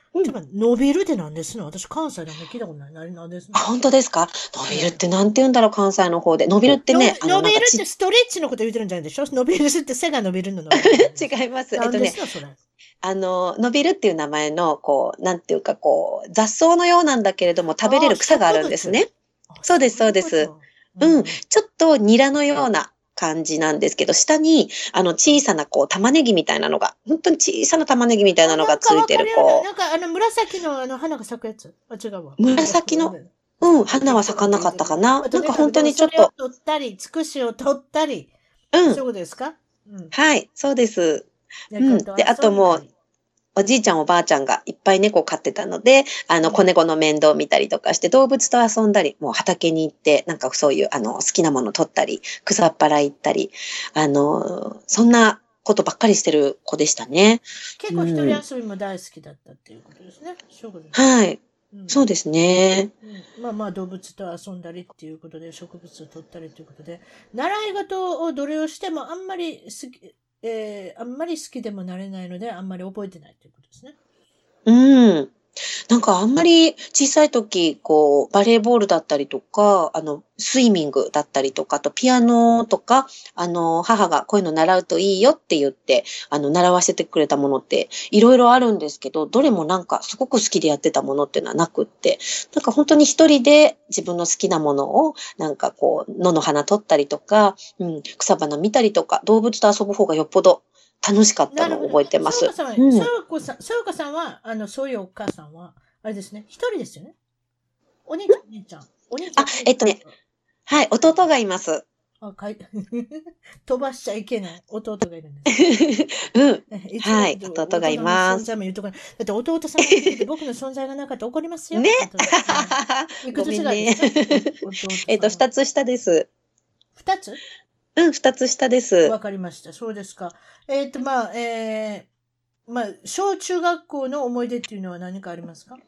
うん。 ちょっと待って、伸びるって何ですの？私、関西でも聞いたことない。何ですの？ あ、本当ですか？伸びるっええ。 てなんて言うんだろう、関西の方で。伸びるってね、 伸びるってなんかストレッチのこと言ってるんじゃないでしょ？伸びるって背が伸びるの伸びるじゃないですか。 違います。 何ですの、それ。 伸びるっていう名前の、こう、なんていうか、こう、雑草のようなんだけれども、食べれああ、 る草があ植るんです物。 ね。 あ、 そうです、 そういそうです。 うこと。うんうん。 うん。 ちょっとニラのような感じなんですけど、下に、小さな、こう、玉ねぎみたいなのが、本当に小さな玉ねぎみたいなあ、 のがなんかついてる、 わかるような、 こなんか紫の花が咲くやつ。あ、違うわ。 う、 も紫の、 う、 うん、花は適当な咲かなかっこと言ってるけど。 たかな。 とにかく、 なんか本当でもそれをにちょっと、 取ったり、つくしを取ったり、 うん、 そういうことですか？うん。 はい、そうです。 で、 うん。で、あともう、 遊んだり。 おじいちゃんおばあちゃんがいっぱい猫を飼ってたので、子うん。 猫の面倒を見たりとかして、動物と遊んだり、もう畑に行って、なんかそういう、好きなもの取ったり、草っぱら行ったり、そんなことばっかりしてる子でしたね。 結構一人うん。 遊びも大好きだったっていうことですね。そういうことですね。 はい。 うん。 そうですね。 うん、まあまあ動物と遊んだりっていうことで植物を取ったりということで習い事をどれをしてもあんまり好き、あんまり好きでもなれないのであんまり覚えてないということですね。 うん。なんかあんまり小さい時、こう、バレーボールだったりとか、スイミングだったりとか、あとピアノとか、母がこういうの習うといいよって言って、習わせてくれたものっていろいろあるんですけど、どれもなんかすごく好きでやってたものっていうのはなくって、なんか本当に一人で自分の好きなものを、なんかこう、野の花取ったりとか、うん、草花見たりとか、動物と遊ぶ方がよっぽど楽しかったなるほど。 のを覚えてます。 さやかさんは、 うん。 さやかさんは、そういうお母さんは、あれですね、一人ですよね。お兄ちゃん、お兄ちゃん。お兄ちゃあ、 ん、お姉ちゃん。 はい、弟がいます。 あ、飛ばしちゃいけない弟がいるんです。 うん。 一応、 はい、弟がい弟のます。 存在も言うとかない。だって弟さんがいてて僕の存在がなかったら怒りますよ。 ね。 本当に。いくつごめんね。 違いですか？弟さんは。 二つ下です。 二つ？ うん、二つ下です。 わかりました。そうですか。まあ、まあ、小中学校の思い出っていうのは何かありますか？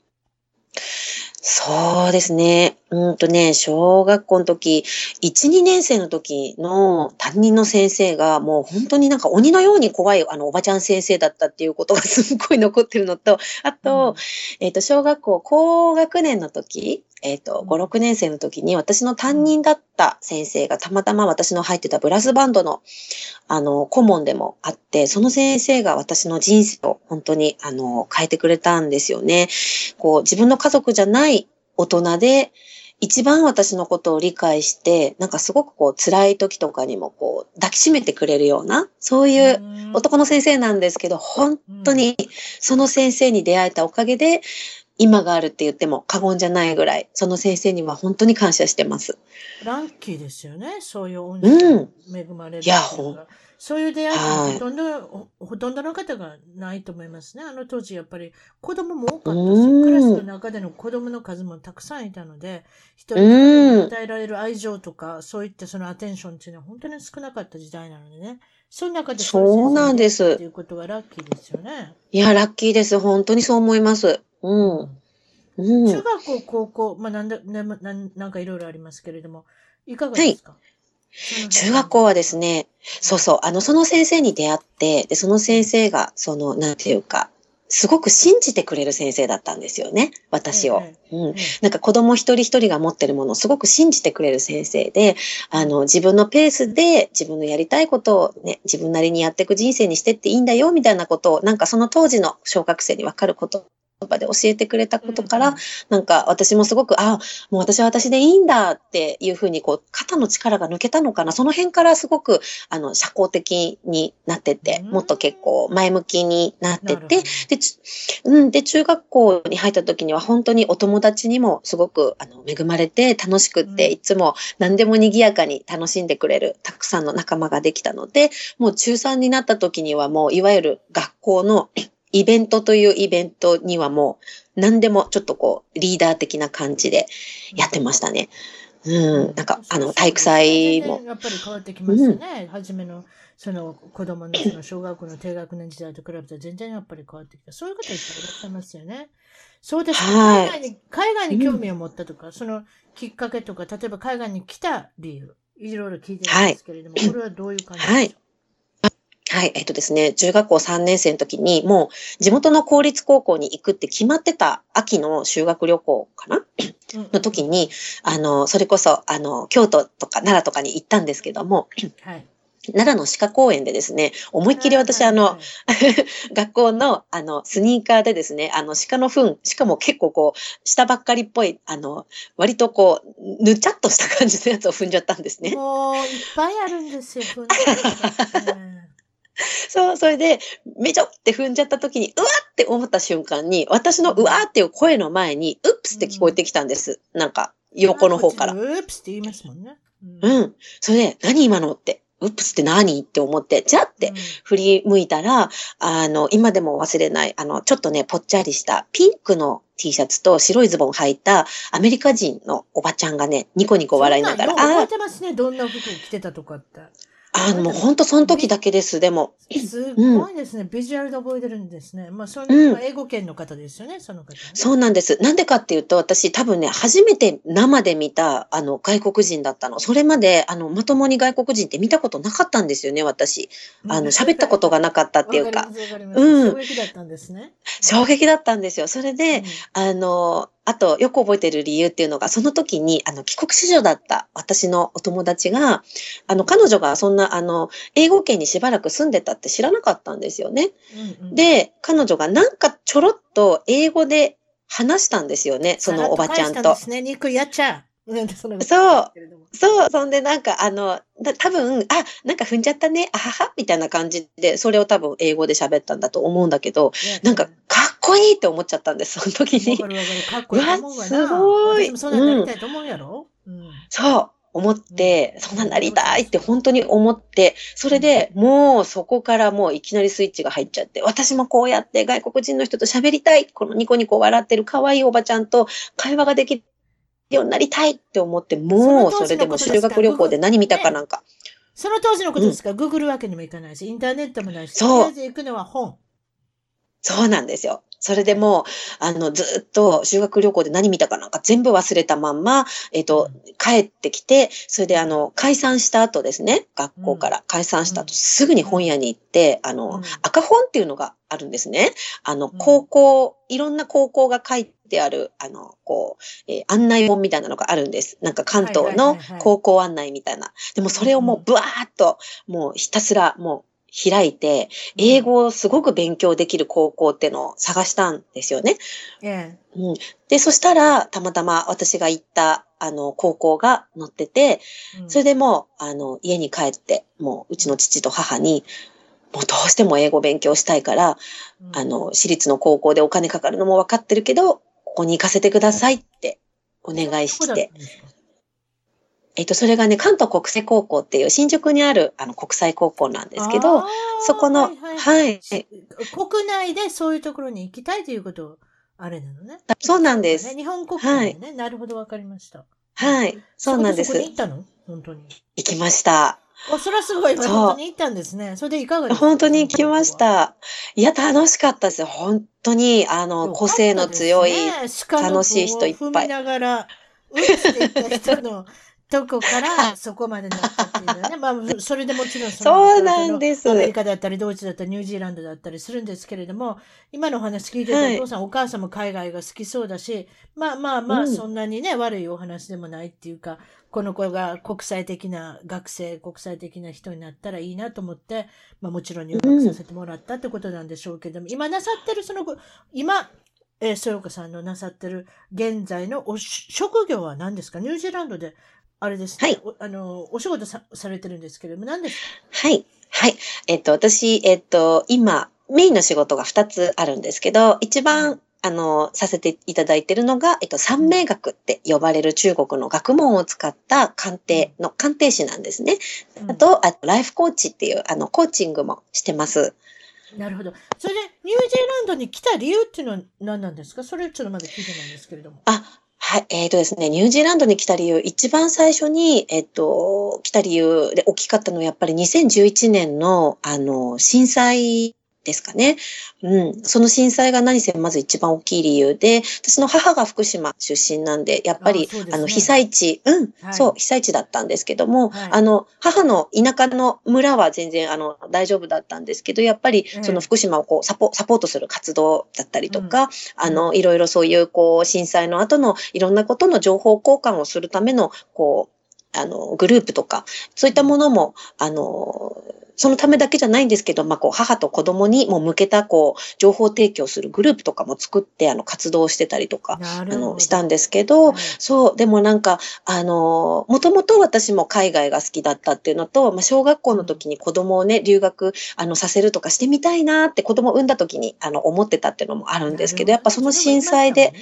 そうですね。小学校の時、1、2年生の時の担任の先生がもう本当になんか鬼のように怖いおばちゃん先生だったっていうことがすっごい残ってるのと、あと、 うん。 小学校高学年の時、5、 うん。 6年生の時に私のうん。 担任だった先生がたまたま私の入ってたブラスバンドの顧問でもあって、その先生が私の人生を本当に、変えてくれたんですよね。こう、自分の家族じゃない大人で、一番私のことを理解して、なんかすごくこう、辛い時とかにもこう、抱きしめてくれるような、そうういうん。 男の先生なんですけど、本うん。 当にその先生に出会えたおかげで、今があるって言っても過言じゃないぐらい、その先生には本当に感謝してます。 ラッキーですよね。そういう恩師にうん。 恵まれるっいや、 ていうか。そういう出会いっていうのははい。 ほとんどの方がないと思いますね。あの当時やっぱり子供も多うかったし、クラスのーん。 中での子供の数もたくさんいたので、一う人一人にーん。 与えられる愛情とか、そういったそのアテンションっていうのは本当に少なかった時代なのでね。その中でそういう先そうなん生に出会ったってです。 いうことはラッキーですよね。 いや、ラッキーです。本当にそう思います。うん。 うん。 うん。 中学校、高校、まあなんかいろいろありますけれども、いかがはい。 ですか？その辺の中学校は時代は。 ですね、 うん。 そうそう、その先生に出会って、で、そのうん。 先生が、なんていうか、すごく信じてくれる先生だったんですよね、 え私を。 え、 うん。 ええ、 なんか子供一人一人が持ってるものをすごく信じてくれる先生で、 うん。 自分のペースで自分のやりたいことをね、自分なりにやっていく人生にしてっていいんだよ、みたいなことを、なんかその当時の小学生にわかること葉で教えてくれたうん、 ことから、 うん。 なんか私もすごく、もう私は私でいいんだっていうふうに、こう、肩の力が抜けたのかな。その辺からすごく、社交的になってうーて、もっと結構ん。 前向きになってて、 なるほど。 で、中学校に入った時には本当にお友達にもすごく、恵まれて楽しくって、 うん。 いつも何でも賑やかに楽しんでくれるたくさんの仲間ができたので、もう中3になった時にはもういわゆる学校のイベントというイベントにはもう何でもちょっとこうリーダー的な感じでやってましたね。うん。なんか体育そうですね。全祭も。 然やっぱり変わってきますうん。 よね。初めの、その子供のその小学校の低学年時代と比べて全然やっぱり変わってきた。そういう方いっぱいいらっしゃいますよね。そうですか。 はい。 海外にうん。 興味を持ったとか、そのきっかけとか、例えば海外に来た理由、いろいろ聞いてるんはい。 ですけれども、これはどういう感じではい。 しょはい、ですね、中学校3年生の時に、もう地元の公立高校に行くって決まってた秋の修学旅行かなの時に、それこそ、京都とか奈良とかに行ったんですけども、 はい。 奈良の鹿公園でですね、思いっきり私学校のスニーカーでですね、鹿の糞、しかも結構こう、下ばっかりっぽい、割とこう、ぬちゃっとした感じのやつを踏んじゃったんですね。 もう、いっぱいあるんですよ、踏んでるとこって。 そう、それで、めちょって踏んじゃった時に、うわって思った瞬間に、私のうわっていう声の前に、うっプスって聞こえてきたんです。なんか、横の方から。 こっちでウープスって言いますもんね。 うん。それで、何今のって、ウップスって何って思って、じゃって振り向いたら、今でも忘れない、ちょっとね、ぽっちゃりしたピンクの T シャツと白いズボン履いたアメリカ人のおばちゃんがね、ニコニコ笑いながら、 覚えてますね、どんな服着てたとかって。 もうほんとその時だけです、でも。 すごいですね。ビジュアルで覚えてるんですね。まあ、その英語圏の方ですよね、その方、ね。 そうなんです。なんでかっていうと、私多分ね、初めて生で見た、外国人だったの。それまで、まともに外国人って見たことなかったんですよね、私。喋ったことがなかったっていうか。 わかります。衝撃だったんですね。 衝撃だったんですよ。それで、あと、よく覚えてる理由っていうのが、その時に、帰国子女だった私のお友達が、彼女がそんな、英語圏にしばらく住んでたって知らなかったんですよね。で、彼女がなんかちょろっと英語で話したんですよね、そのおばちゃんと。 肉やっちゃそう。そんでなんか多分、なんか踏んじゃったね、あはは、みたいな感じで、それを多分英語で喋ったんだと思うんだけど、なんか、かっこいいって思っちゃったんです、その時に。 かっこいいと思うわな。 すごい。 私もそんなになりたいと思うやろ、 そう。思って、そんななりたいって本当に思って、それでもうそこからもういきなりスイッチが入っちゃって、私もこうやって外国人の人と喋りたい、このニコニコ笑ってる可愛いおばちゃんと会話ができるようになりたいって思って、もうそれでも修学旅行で何見たかなんか。 その当時のことですから、ググるわけにもいかないし、インターネットもないし、とりあえず行くのは本。 そうなんですよ。それでもう、ずっと修学旅行で何見たかなんか全部忘れたまんま、帰ってきて、それで解散した後ですね、学校から解散した後、すぐに本屋に行って、赤本っていうのがあるんですね。いろんな高校が書いてある、案内本みたいなのがあるんです。なんか関東の高校案内みたいな。でもそれをもうブワーっと、もうひたすら、もう、開いて、英語をすごく勉強できる高校っていうのを探したんですよね。で、そしたら、たまたま私が行った、高校が載ってて、それでもう、家に帰って、もう、うちの父と母に、もうどうしても英語勉強したいから、私立の高校でお金かかるのも分かってるけど、ここに行かせてくださいってお願いして、それがね、関東国際高校っていう新宿にある国際高校なんですけど、そこの、はい。 国内でそういうところに行きたいということ、あれなのね。 そうなんです。 日本国内でね、なるほどわかりました。 はい。そうなんです。 そこに行ったの？本当に。 行きました。 それはすごい。本当に行ったんですね。それでいかがですか？ 本当に行きました。いや、楽しかったですよ。本当に、個性の強い、楽しい人いっぱい。 踏みながら、打っていった人のとこからそこまでなったっていうのはね。まあ、それでもちろんそうなんです。 アメリカだったり、ドイツだったり、ニュージーランドだったりするんですけれども、今のお話聞いてて、お父さん、お母さんも海外が好きそうだし、まあ、そんなにね、悪いお話でもないっていうか、この子が国際的な学生、国際的な人になったらいいなと思って、まあもちろん入学させてもらったってことなんでしょうけども、今なさってる今、そよかさんのなさってる現在の職業は何ですか？ニュージーランドで、あれですね。はい。お仕事されてるんですけれども、何ですか？ はい。はい。私、今、メインの仕事が2つあるんですけど、一番、させていただいているのが、三名学って呼ばれる中国の学問を使った鑑定士なんですね。あと、ライフコーチっていう、コーチングもしてます。 なるほど。それで、ニュージーランドに来た理由っていうのは何なんですか？それちょっとまだ聞いてないんですけれども。 はい。ですね、ニュージーランドに来た理由、一番最初に、来た理由で大きかったのは、やっぱり2011年の、震災ですかね。その震災が何せまず一番大きい理由で、私の母が福島出身なんで、やっぱり、 そうですね、 被災地、 はい、 そう、被災地だったんですけども、 はい、 母の田舎の村は全然、大丈夫だったんですけど、やっぱり、その福島をこうサポートする活動だったりとか、いろいろそういう、こう、震災の後のいろんなことの情報交換をするための、こう、グループとか、そういったものも、そのためだけじゃないんですけど、こう、母と子供にも向けた、こう、情報提供するグループとかも作って、活動してたりとか、したんですけど、そう、でもなんか、もともと私も海外が好きだったっていうのと、小学校の時に子供をね、留学、させるとかしてみたいなって子供を産んだ時に、思ってたっていうのもあるんですけど、やっぱその震災で、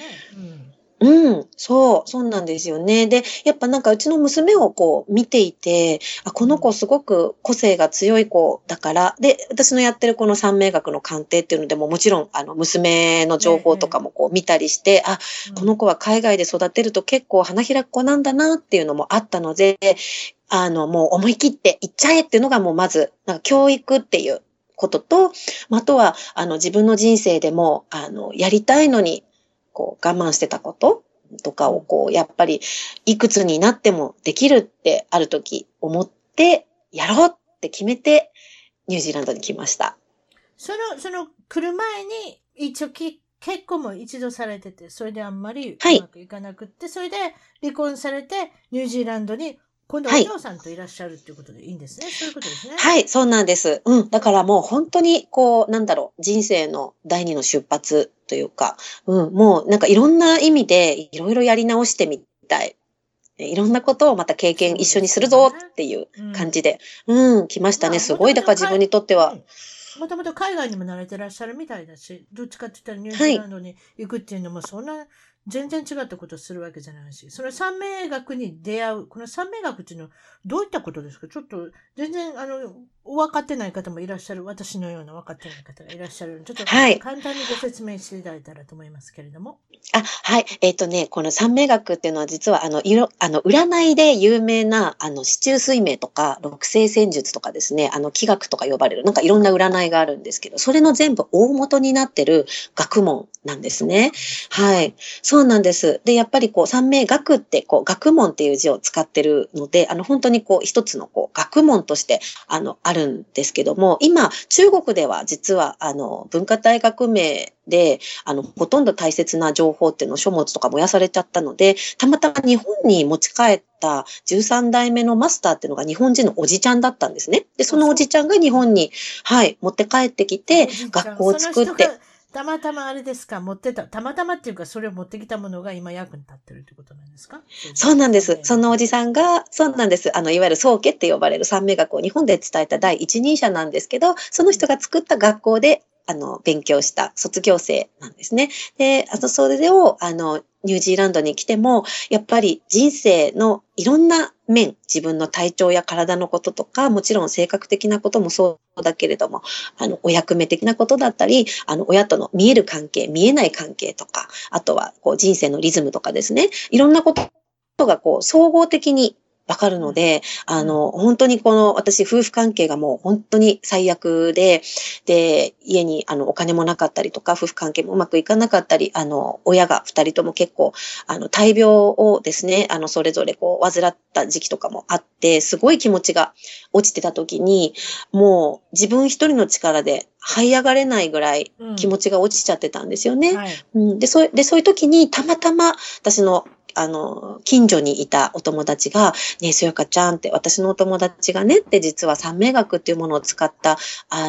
そうなんですよね。で、やっぱなんかうちの娘をこう見ていて、この子すごく個性が強い子だから、で、私のやってるこの三名学の鑑定っていうのでももちろん、娘の情報とかもこう見たりして、この子は海外で育てると結構花開く子なんだなっていうのもあったので、もう思い切って行っちゃえっていうのがもうまず、なんか教育っていうことと、あとは、自分の人生でも、やりたいのに、こう我慢してたこととかをこう、やっぱりいくつになってもできるってある時思ってやろうって決めてニュージーランドに来ました。 その来る前に一応結婚も一度されてて、それであんまりうまくいかなくって、それで離婚されてニュージーランドに今度お嬢さんといらっしゃるっていうことでいいんですね。そういうことですね。 はい、そうなんです。だからもう本当にこう、人生の第二の出発というか、もうなんかいろんな意味でいろいろやり直してみたい。いろんなことをまた経験一緒にするぞっていう感じで、来ましたね。すごい、だから自分にとっては。 もともと海外にも慣れてらっしゃるみたいだし、どっちかって言ったらニュージーランドに行くっていうのもそんな全然違ったことをするわけじゃないし、その三名学に出会う、この三名学っていうのはどういったことですか？ちょっと全然分かってない方もいらっしゃる、私のような分かってない方がいらっしゃるので、ちょっと簡単にご説明していただいたらと思いますけれども。 はい。この三名学っていうのは実は占いで有名な四柱推命とか六星占術とかですね、気学とか呼ばれるなんかいろんな占いがあるんですけど、それの全部大元になってる学問なんですね。はい。そうなんです。で、やっぱりこう三名学ってこう学問っていう字を使ってるので、本当にこう一つのこう学問としてあるんですけども、今中国では実は文化大革命で、ほとんど大切な情報っていうのを書物とか燃やされちゃったので、たまたま日本に持ち帰った13代目のマスターっていうのが日本人のおじちゃんだったんですね。で、そのおじちゃんが日本に、持って帰ってきて、学校を作って。 たまたまあれですか、たまたまっていうか、それを持ってきたものが今役に立ってるってことなんですか？ そうなんです。そのおじさんが、そうなんです。いわゆる宗家って呼ばれる三名学を日本で伝えた第一人者なんですけど、その人が作った学校で、勉強した卒業生なんですね。で、それを、ニュージーランドに来ても、やっぱり人生のいろんな面、自分の体調や体のこととか、もちろん性格的なこともそうだけれども、お役目的なことだったり、親との見える関係、見えない関係とか、あとは、こう、人生のリズムとかですね、いろんなことが、こう、総合的にわかるので、本当に私、夫婦関係がもう本当に最悪で、家にお金もなかったりとか、夫婦関係もうまくいかなかったり、親が二人とも結構、大病をですね、それぞれこう、患った時期とかもあって、すごい気持ちが落ちてた時に、もう自分一人の力で這い上がれないぐらい気持ちが落ちちゃってたんですよね。で、そういう時にたまたま私の近所にいたお友達が、ねえ、そよかちゃんって、私のお友達がねって実は三名学っていうものを使った、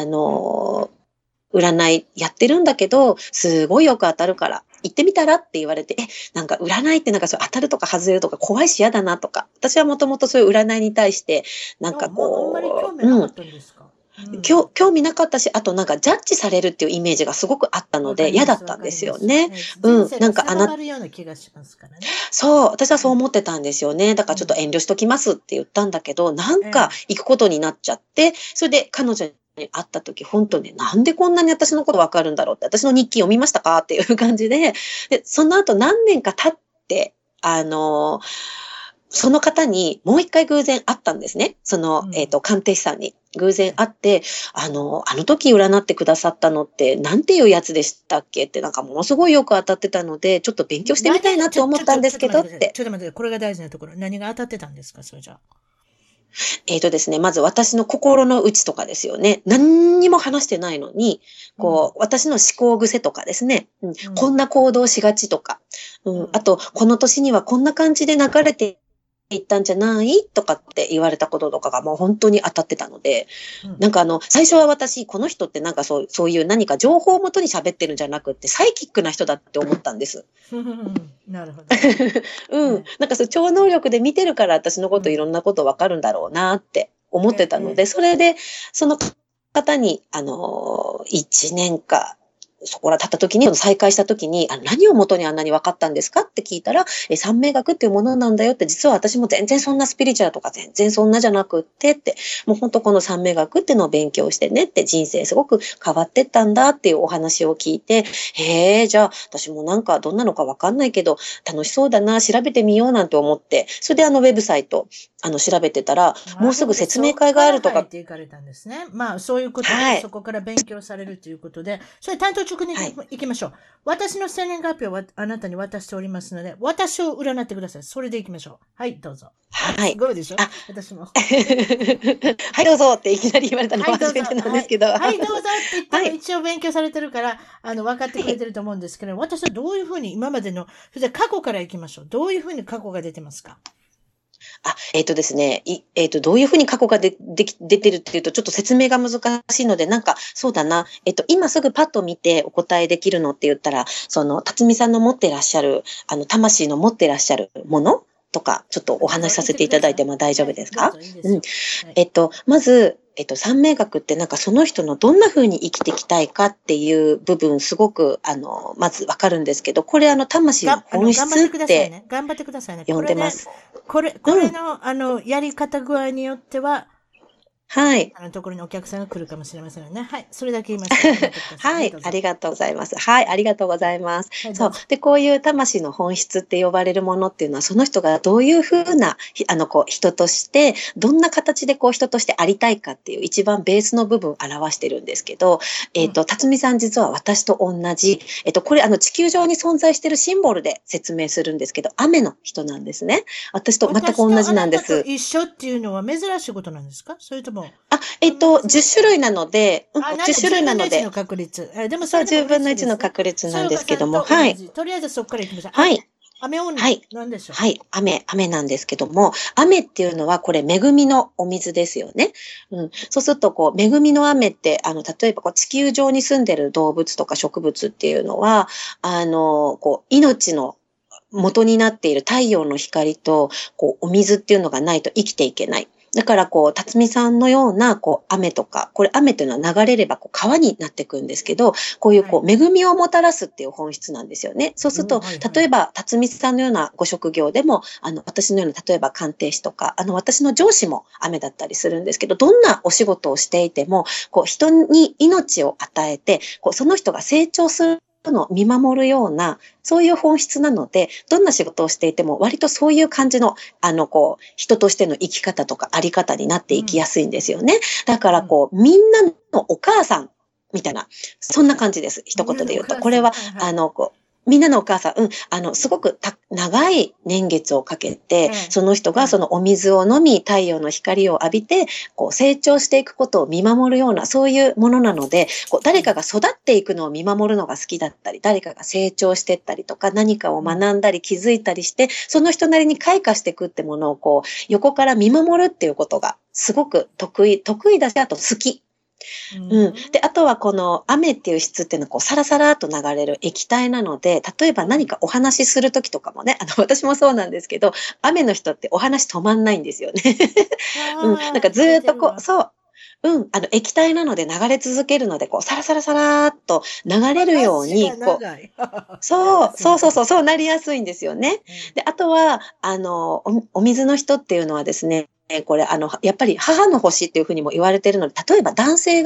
占いやってるんだけど、すごいよく当たるから、行ってみたらって言われて、なんか占いってなんかそう当たるとか外れるとか怖いし嫌だなとか、私はもともとそういう占いに対して、なんかこう、 あんまり興味なかったんですか？ 興味なかったし、あとなんかジャッジされるっていうイメージがすごくあったので嫌だったんですよね。 なんか定まるような気がしますからね。 そう、私はそう思ってたんですよね。だからちょっと遠慮しときますって言ったんだけど、なんか行くことになっちゃって、それで彼女に会った時、本当になんでこんなに私のことわかるんだろうって、私の日記読みましたかっていう感じで、その後何年か経って、 その方にもう一回偶然会ったんですね。その、鑑定士さんに。偶然会って、あの時占ってくださったのって、なんていうやつでしたっけって、なんかものすごいよく当たってたので、ちょっと勉強してみたいなって思ったんですけどって。 ちょっと待って、これが大事なところ。何が当たってたんですか、それじゃあ。 ですね、まず私の心の内とかですよね。何にも話してないのに、こう、私の思考癖とかですね、こんな行動しがちとか、あと、この年にはこんな感じで流れていったんじゃないとかって言われたこととかがもう本当に当たってたので、なんか最初は私、この人ってなんかそういう何か情報をもとに喋ってるんじゃなくって、サイキックな人だって思ったんです。 なるほど。なんか超能力で見てるから私のこといろんなことわかるんだろうなって思ってたので、それで、その方に、1年か、そこら経った時に、再会した時に、何をもとにあんなに分かったんですかって聞いたら、三名学っていうものなんだよって、実は私も全然そんなスピリチュアルとか全然そんなじゃなくってって、もう本当この三名学っていうのを勉強してねって人生すごく変わってったんだっていうお話を聞いて、へえ、じゃあ私もなんかどんなのか分かんないけど、楽しそうだな、調べてみようなんて思って、それでウェブサイト、調べてたら、もうすぐ説明会があるとか。 って行かれたんですね。まあ、そういうことで、そこから勉強されるということで、それ単刀直入に行きましょう。私の生年月日をあなたに渡しておりますので、私を占ってください。それで行きましょう。はい、どうぞ。 はい。 すごいでしょ？私も。 はい、どうぞっていきなり言われたのは初めてなんですけど。 はい、どうぞって言っても一応勉強されてるから、分かってくれてると思うんですけど、私はどういうふうに今までの、それで過去から行きましょう。どういうふうに過去が出てますか？ ですね、どういうふうに過去が出てるっていうと、ちょっと説明が難しいので、なんか、そうだな、今すぐパッと見てお答えできるのって言ったら、辰巳さんの持ってらっしゃる、魂の持ってらっしゃるものとか、ちょっとお話しさせていただいても大丈夫ですか？まず、三名学ってなんかその人のどんな風に生きていきたいかっていう部分すごく、まずわかるんですけど、これ魂の本質って頑張ってくださいね。 呼んでます。 これの、やり方具合によっては、 はい。 ところにお客さんが来るかもしれませんよね。はい。それだけ言いました。 はい。ありがとうございます。はい。ありがとうございます。そう。で、こういう魂の本質って呼ばれるものっていうのは、その人がどういうふうな、人として、どんな形で人としてありたいかっていう一番ベースの部分を表してるんですけど、辰巳さん実は私と同じ、これ地球上に存在してるシンボルで説明するんですけど、雨の人なんですね。私と全く同じなんです。 私と一緒っていうのは珍しいことなんですか？それとも 10種類なので、10種類なので。 10分の1の確率。でもそう、10分の1の確率なんですけども、はい。 とりあえずそこからいきましょう。 はい。 雨女、なんでしょう？ はい。雨なんですけども、雨っていうのはこれ恵みのお水ですよね。そうすると恵みの雨って、例えば地球上に住んでる動物とか植物っていうのは、命の元になっている太陽の光と、お水っていうのがないと生きていけない。だから、辰巳さんのような、雨とか、これ雨というのは流れれば、川になっていくんですけど、こういう、恵みをもたらすっていう本質なんですよね。そうすると、例えば、辰巳さんのようなご職業でも、私のような、例えば鑑定士とか、私の上司も雨だったりするんですけど、どんなお仕事をしていても、人に命を与えて、その人が成長するのを見守るような、そういう本質なので、どんな仕事をしていても、割とそういう感じの、人としての生き方とかあり方になっていきやすいんですよね。だから、みんなのお母さん、みたいな、そんな感じです。一言で言うと。これは、みんなのお母さん、すごく長い年月をかけて、その人がそのお水を飲み、太陽の光を浴びて、成長していくことを見守るような、そういうものなので、誰かが育っていくのを見守るのが好きだったり、誰かが成長していったりとか、何かを学んだり気づいたりして、その人なりに開花していくってものを横から見守るっていうことがすごく得意だし、あと好き。で、あとはこの雨っていう質っていうのはサラサラと流れる液体なので、例えば何かお話しするときとかもね、私もそうなんですけど、雨の人ってお話止まんないんですよね。なんかずーっとそう。液体なので流れ続けるので、サラサラサラーっと流れるように、そうなりやすいんですよね。で、あとは、お水の人っていうのはですね、これ、やっぱり母の星っていうふうにも言われているので、例えば男性が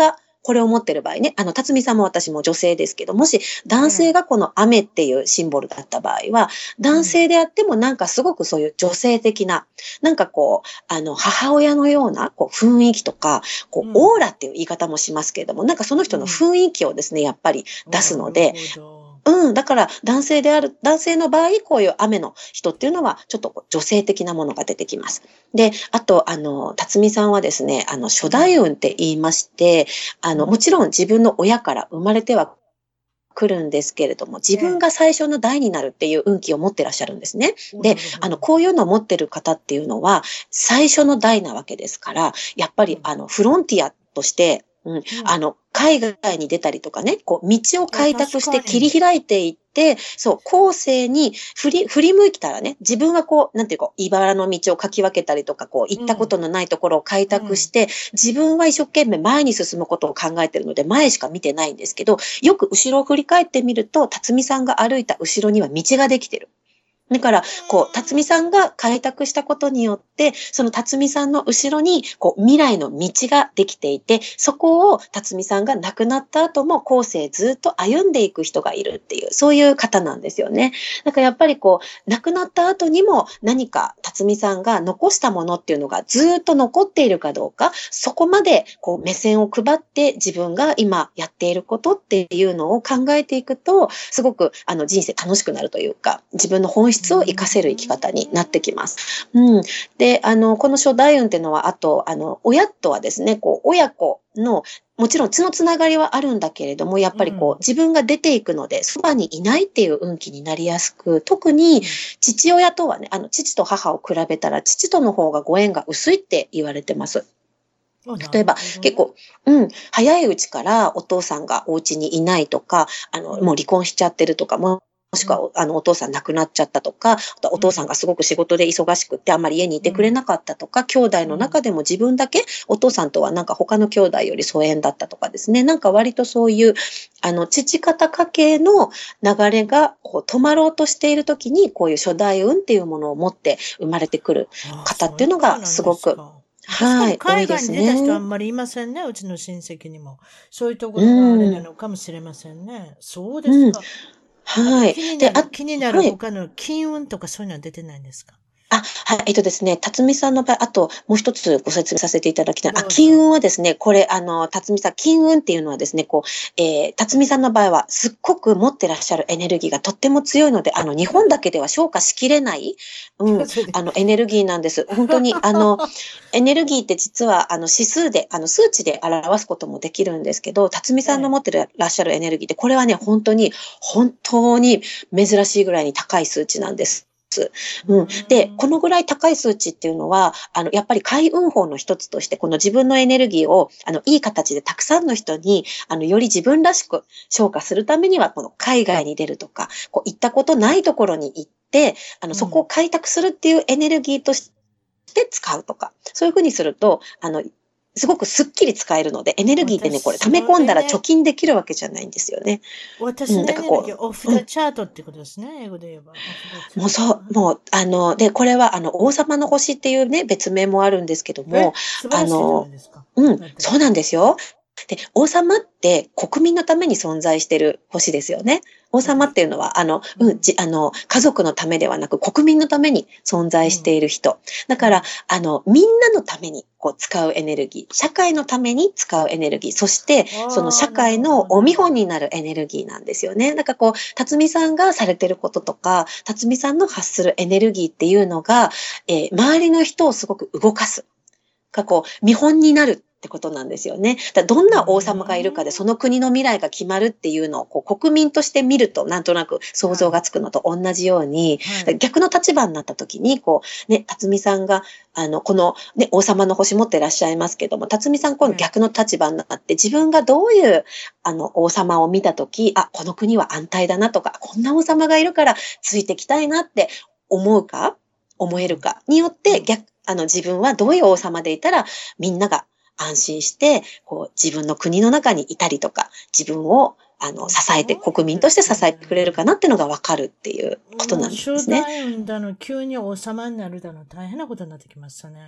これを持ってる場合ね、辰巳さんも私も女性ですけど、もし男性がこの雨っていうシンボルだった場合は、男性であってもなんかすごくそういう女性的な、なんかこう、母親のようなこう雰囲気とか、こう、オーラっていう言い方もしますけれども、なんかその人の雰囲気をですね、やっぱり出すので、だから男性の場合、こういう雨の人っていうのは、ちょっとこう女性的なものが出てきます。で、あと、辰巳さんはですね、初代運って言いまして、もちろん自分の親から生まれては来るんですけれども、自分が最初の代になるっていう運気を持ってらっしゃるんですね。で、こういうのを持ってる方っていうのは、最初の代なわけですから、やっぱり、フロンティアとして、海外に出たりとかね、こう、道を開拓して切り開いていって、そう、後世に振り向いたらね、自分はこう、なんていうか、茨の道をかき分けたりとか、こう、行ったことのないところを開拓して、自分は一生懸命前に進むことを考えているので、前しか見てないんですけど、よく後ろを振り返ってみると、辰巳さんが歩いた後ろには道ができてる。だから、こう、辰巳さんが開拓したことによって、その辰巳さんの後ろに、こう、未来の道ができていて、そこを辰巳さんが亡くなった後も後世ずっと歩んでいく人がいるっていう、そういう方なんですよね。だからやっぱりこう、亡くなった後にも何か辰巳さんが残したものっていうのがずっと残っているかどうか、そこまでこう、目線を配って自分が今やっていることっていうのを考えていくと、すごく人生楽しくなるというか、自分の本質を活かせる生き方になってきます。で、この初代運っていうのは、あと、親とはですね、こう、親子の、もちろん血のつながりはあるんだけれども、やっぱりこう、自分が出ていくので、そばにいないっていう運気になりやすく、特に父親とはね、父と母を比べたら、父との方がご縁が薄いって言われてます。例えば、結構、早いうちからお父さんがお家にいないとか、もう離婚しちゃってるとか、もしくは、お父さん亡くなっちゃったとか、あとお父さんがすごく仕事で忙しくってあんまり家にいてくれなかったとか、兄弟の中でも自分だけお父さんとはなんか他の兄弟より疎遠だったとかですね、なんか割とそういう、父方家系の流れがこう止まろうとしているときに、こういう初代運っていうものを持って生まれてくる方っていうのがすごく、 はい、海外に出た人はあんまりいませんね。うちの親戚にも。そういうところがあれなのかもしれませんね。そうですか。 はい。 気になる他の金運とかそういうのは出てないんですか？ はい。ですね、辰巳さんの場合、あと、もう一つご説明させていただきたい。金運はですね、これ、辰巳さん、金運っていうのはですね、こう、辰巳さんの場合は、すっごく持ってらっしゃるエネルギーがとっても強いので、日本だけでは消化しきれない、エネルギーなんです。本当に、エネルギーって実は、指数で、数値で表すこともできるんですけど、辰巳さんの持ってらっしゃるエネルギーって、これはね、本当に珍しいぐらいに高い数値なんです。で、このぐらい高い数値っていうのは、やっぱり開運法の一つとして、この自分のエネルギーを、いい形でたくさんの人に、より自分らしく消化するためには、この海外に出るとか、こう、行ったことないところに行って、そこを開拓するっていうエネルギーとして使うとか、そういうふうにすると、すごくスッキリ使えるので、エネルギーってね、これ溜め込んだら貯金できるわけじゃないんですよね。 私のエネルギー、オフ・ザ・チャートってことですね、英語で言えば。 で、これは、王様の星っていうね、別名もあるんですけども、そうなんですよ。で、王様って国民のために存在している星ですよね。王様っていうのは、家族のためではなく国民のために存在している人。だから、みんなのためにこう使うエネルギー、社会のために使うエネルギー、そして、その社会のお見本になるエネルギーなんですよね。だからこう、辰巳さんがされてることとか、辰巳さんの発するエネルギーっていうのが、周りの人をすごく動かす。こう、見本になるってことなんですよね。どんな王様がいるかでその国の未来が決まるっていうのをこう国民として見るとなんとなく想像がつくのと同じように、逆の立場になった時にこうね、辰巳さんがこのね、王様の星持ってらっしゃいますけども、辰巳さんこの逆の立場になって自分がどういう王様を見た時、この国は安泰だなとか、こんな王様がいるからついてきたいなって思えるかによって自分はどういう王様でいたらみんなが安心して、こう、自分の国の中にいたりとか、自分を、支えて、国民として支えてくれるかなっていうのがわかるっていうことなんですね。 初代運だの、急に王様になるだの、大変なことになってきましたね。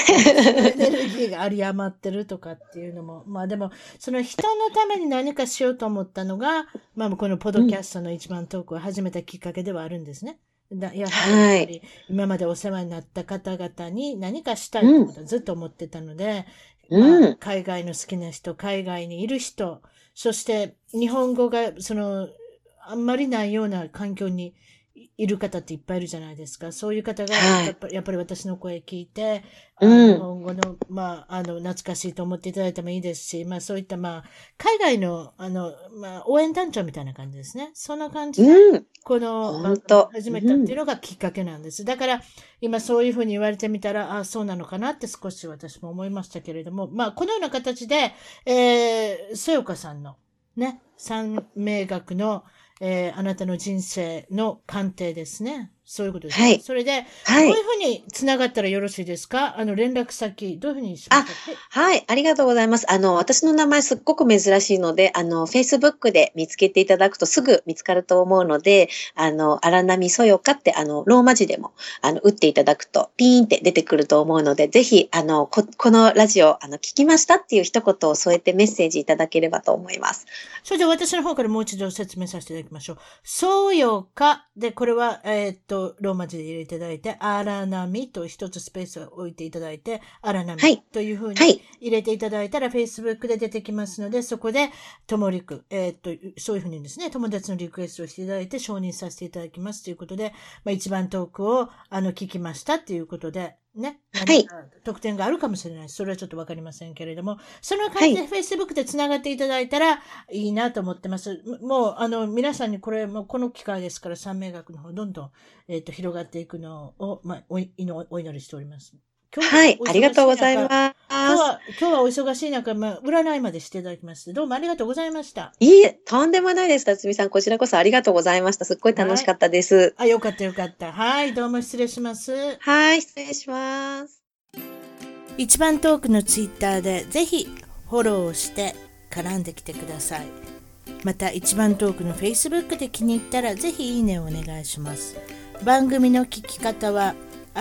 エネルギーが有り余ってるとかっていうのも、まあでも、その人のために何かしようと思ったのが、まあこのポッドキャストの一番トークを始めたきっかけではあるんですね。やはり今までお世話になった方々に何かしたいってことはずっと思ってたので、まあ、海外の好きな人、海外にいる人、そして日本語があんまりないような環境にいる方っていっぱいいるじゃないですか。そういう方がやっぱり私の声聞いて、日本語の、まあ、懐かしいと思っていただいてもいいですし、まあそういった、まあ、海外の、まあ、応援団長みたいな感じですね。そんな感じで、この番組を始めたっていうのがきっかけなんです。だから、今そういうふうに言われてみたら、そうなのかなって少し私も思いましたけれども、まあ、このような形で、そよかさんの、ね、三名学の、あなたの人生の鑑定ですね。そういうことですね。はい。それで、どういうふうに繋がったらよろしいですか？連絡先、どういうふうにしますか？ はい、ありがとうございます。私の名前すっごく珍しいので、Facebook で見つけていただくとすぐ見つかると思うので、荒波そよかって、ローマ字でも、打っていただくと、ピーンって出てくると思うので、ぜひ、このラジオ、聞きましたっていう一言を添えてメッセージいただければと思います。 それで私の方からもう一度説明させていただきましょう。そよかで、これは、ローマ字で入れていただいて、荒波と一つスペースを置いていただいて、荒波というふうに入れていただいたら、Facebook で出てきますので、そこで、ともりく、そういうふうにですね、友達のリクエストをしていただいて、承認させていただきますということで、まあ、一番トークを、聞きましたということで、ね。はい。特典があるかもしれない。それはちょっとわかりませんけれども、その感じで Facebook で繋がっていただいたらいいなと思ってます。もう、皆さんにこれ、もうこの機会ですから三名学の方、どんどん、広がっていくのを、まあ、お祈りしております。 はい、ありがとうございます。 今日はお忙しい中、まあ、占いまでしていただきまして、どうもありがとうございました。 いいえ、とんでもないです。辰巳さん、こちらこそありがとうございました。すっごい楽しかったです。 はい、よかったよかった。はい、どうも失礼します。 はい、失礼します。 一番トークのツイッターでぜひフォローして絡んできてください。また一番トークの Facebook で気に入ったらぜひいいねをお願いします。番組の聞き方は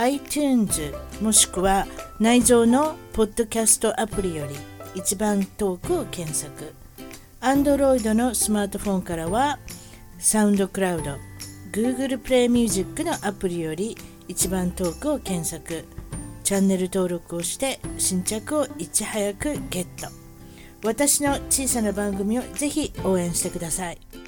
iTunes もしくは内蔵のポッドキャストアプリより一番トークを検索。Android のスマートフォンからは SoundCloud、Google Play Music のアプリより一番トークを検索。チャンネル登録をして新着をいち早くゲット。私の小さな番組をぜひ応援してください。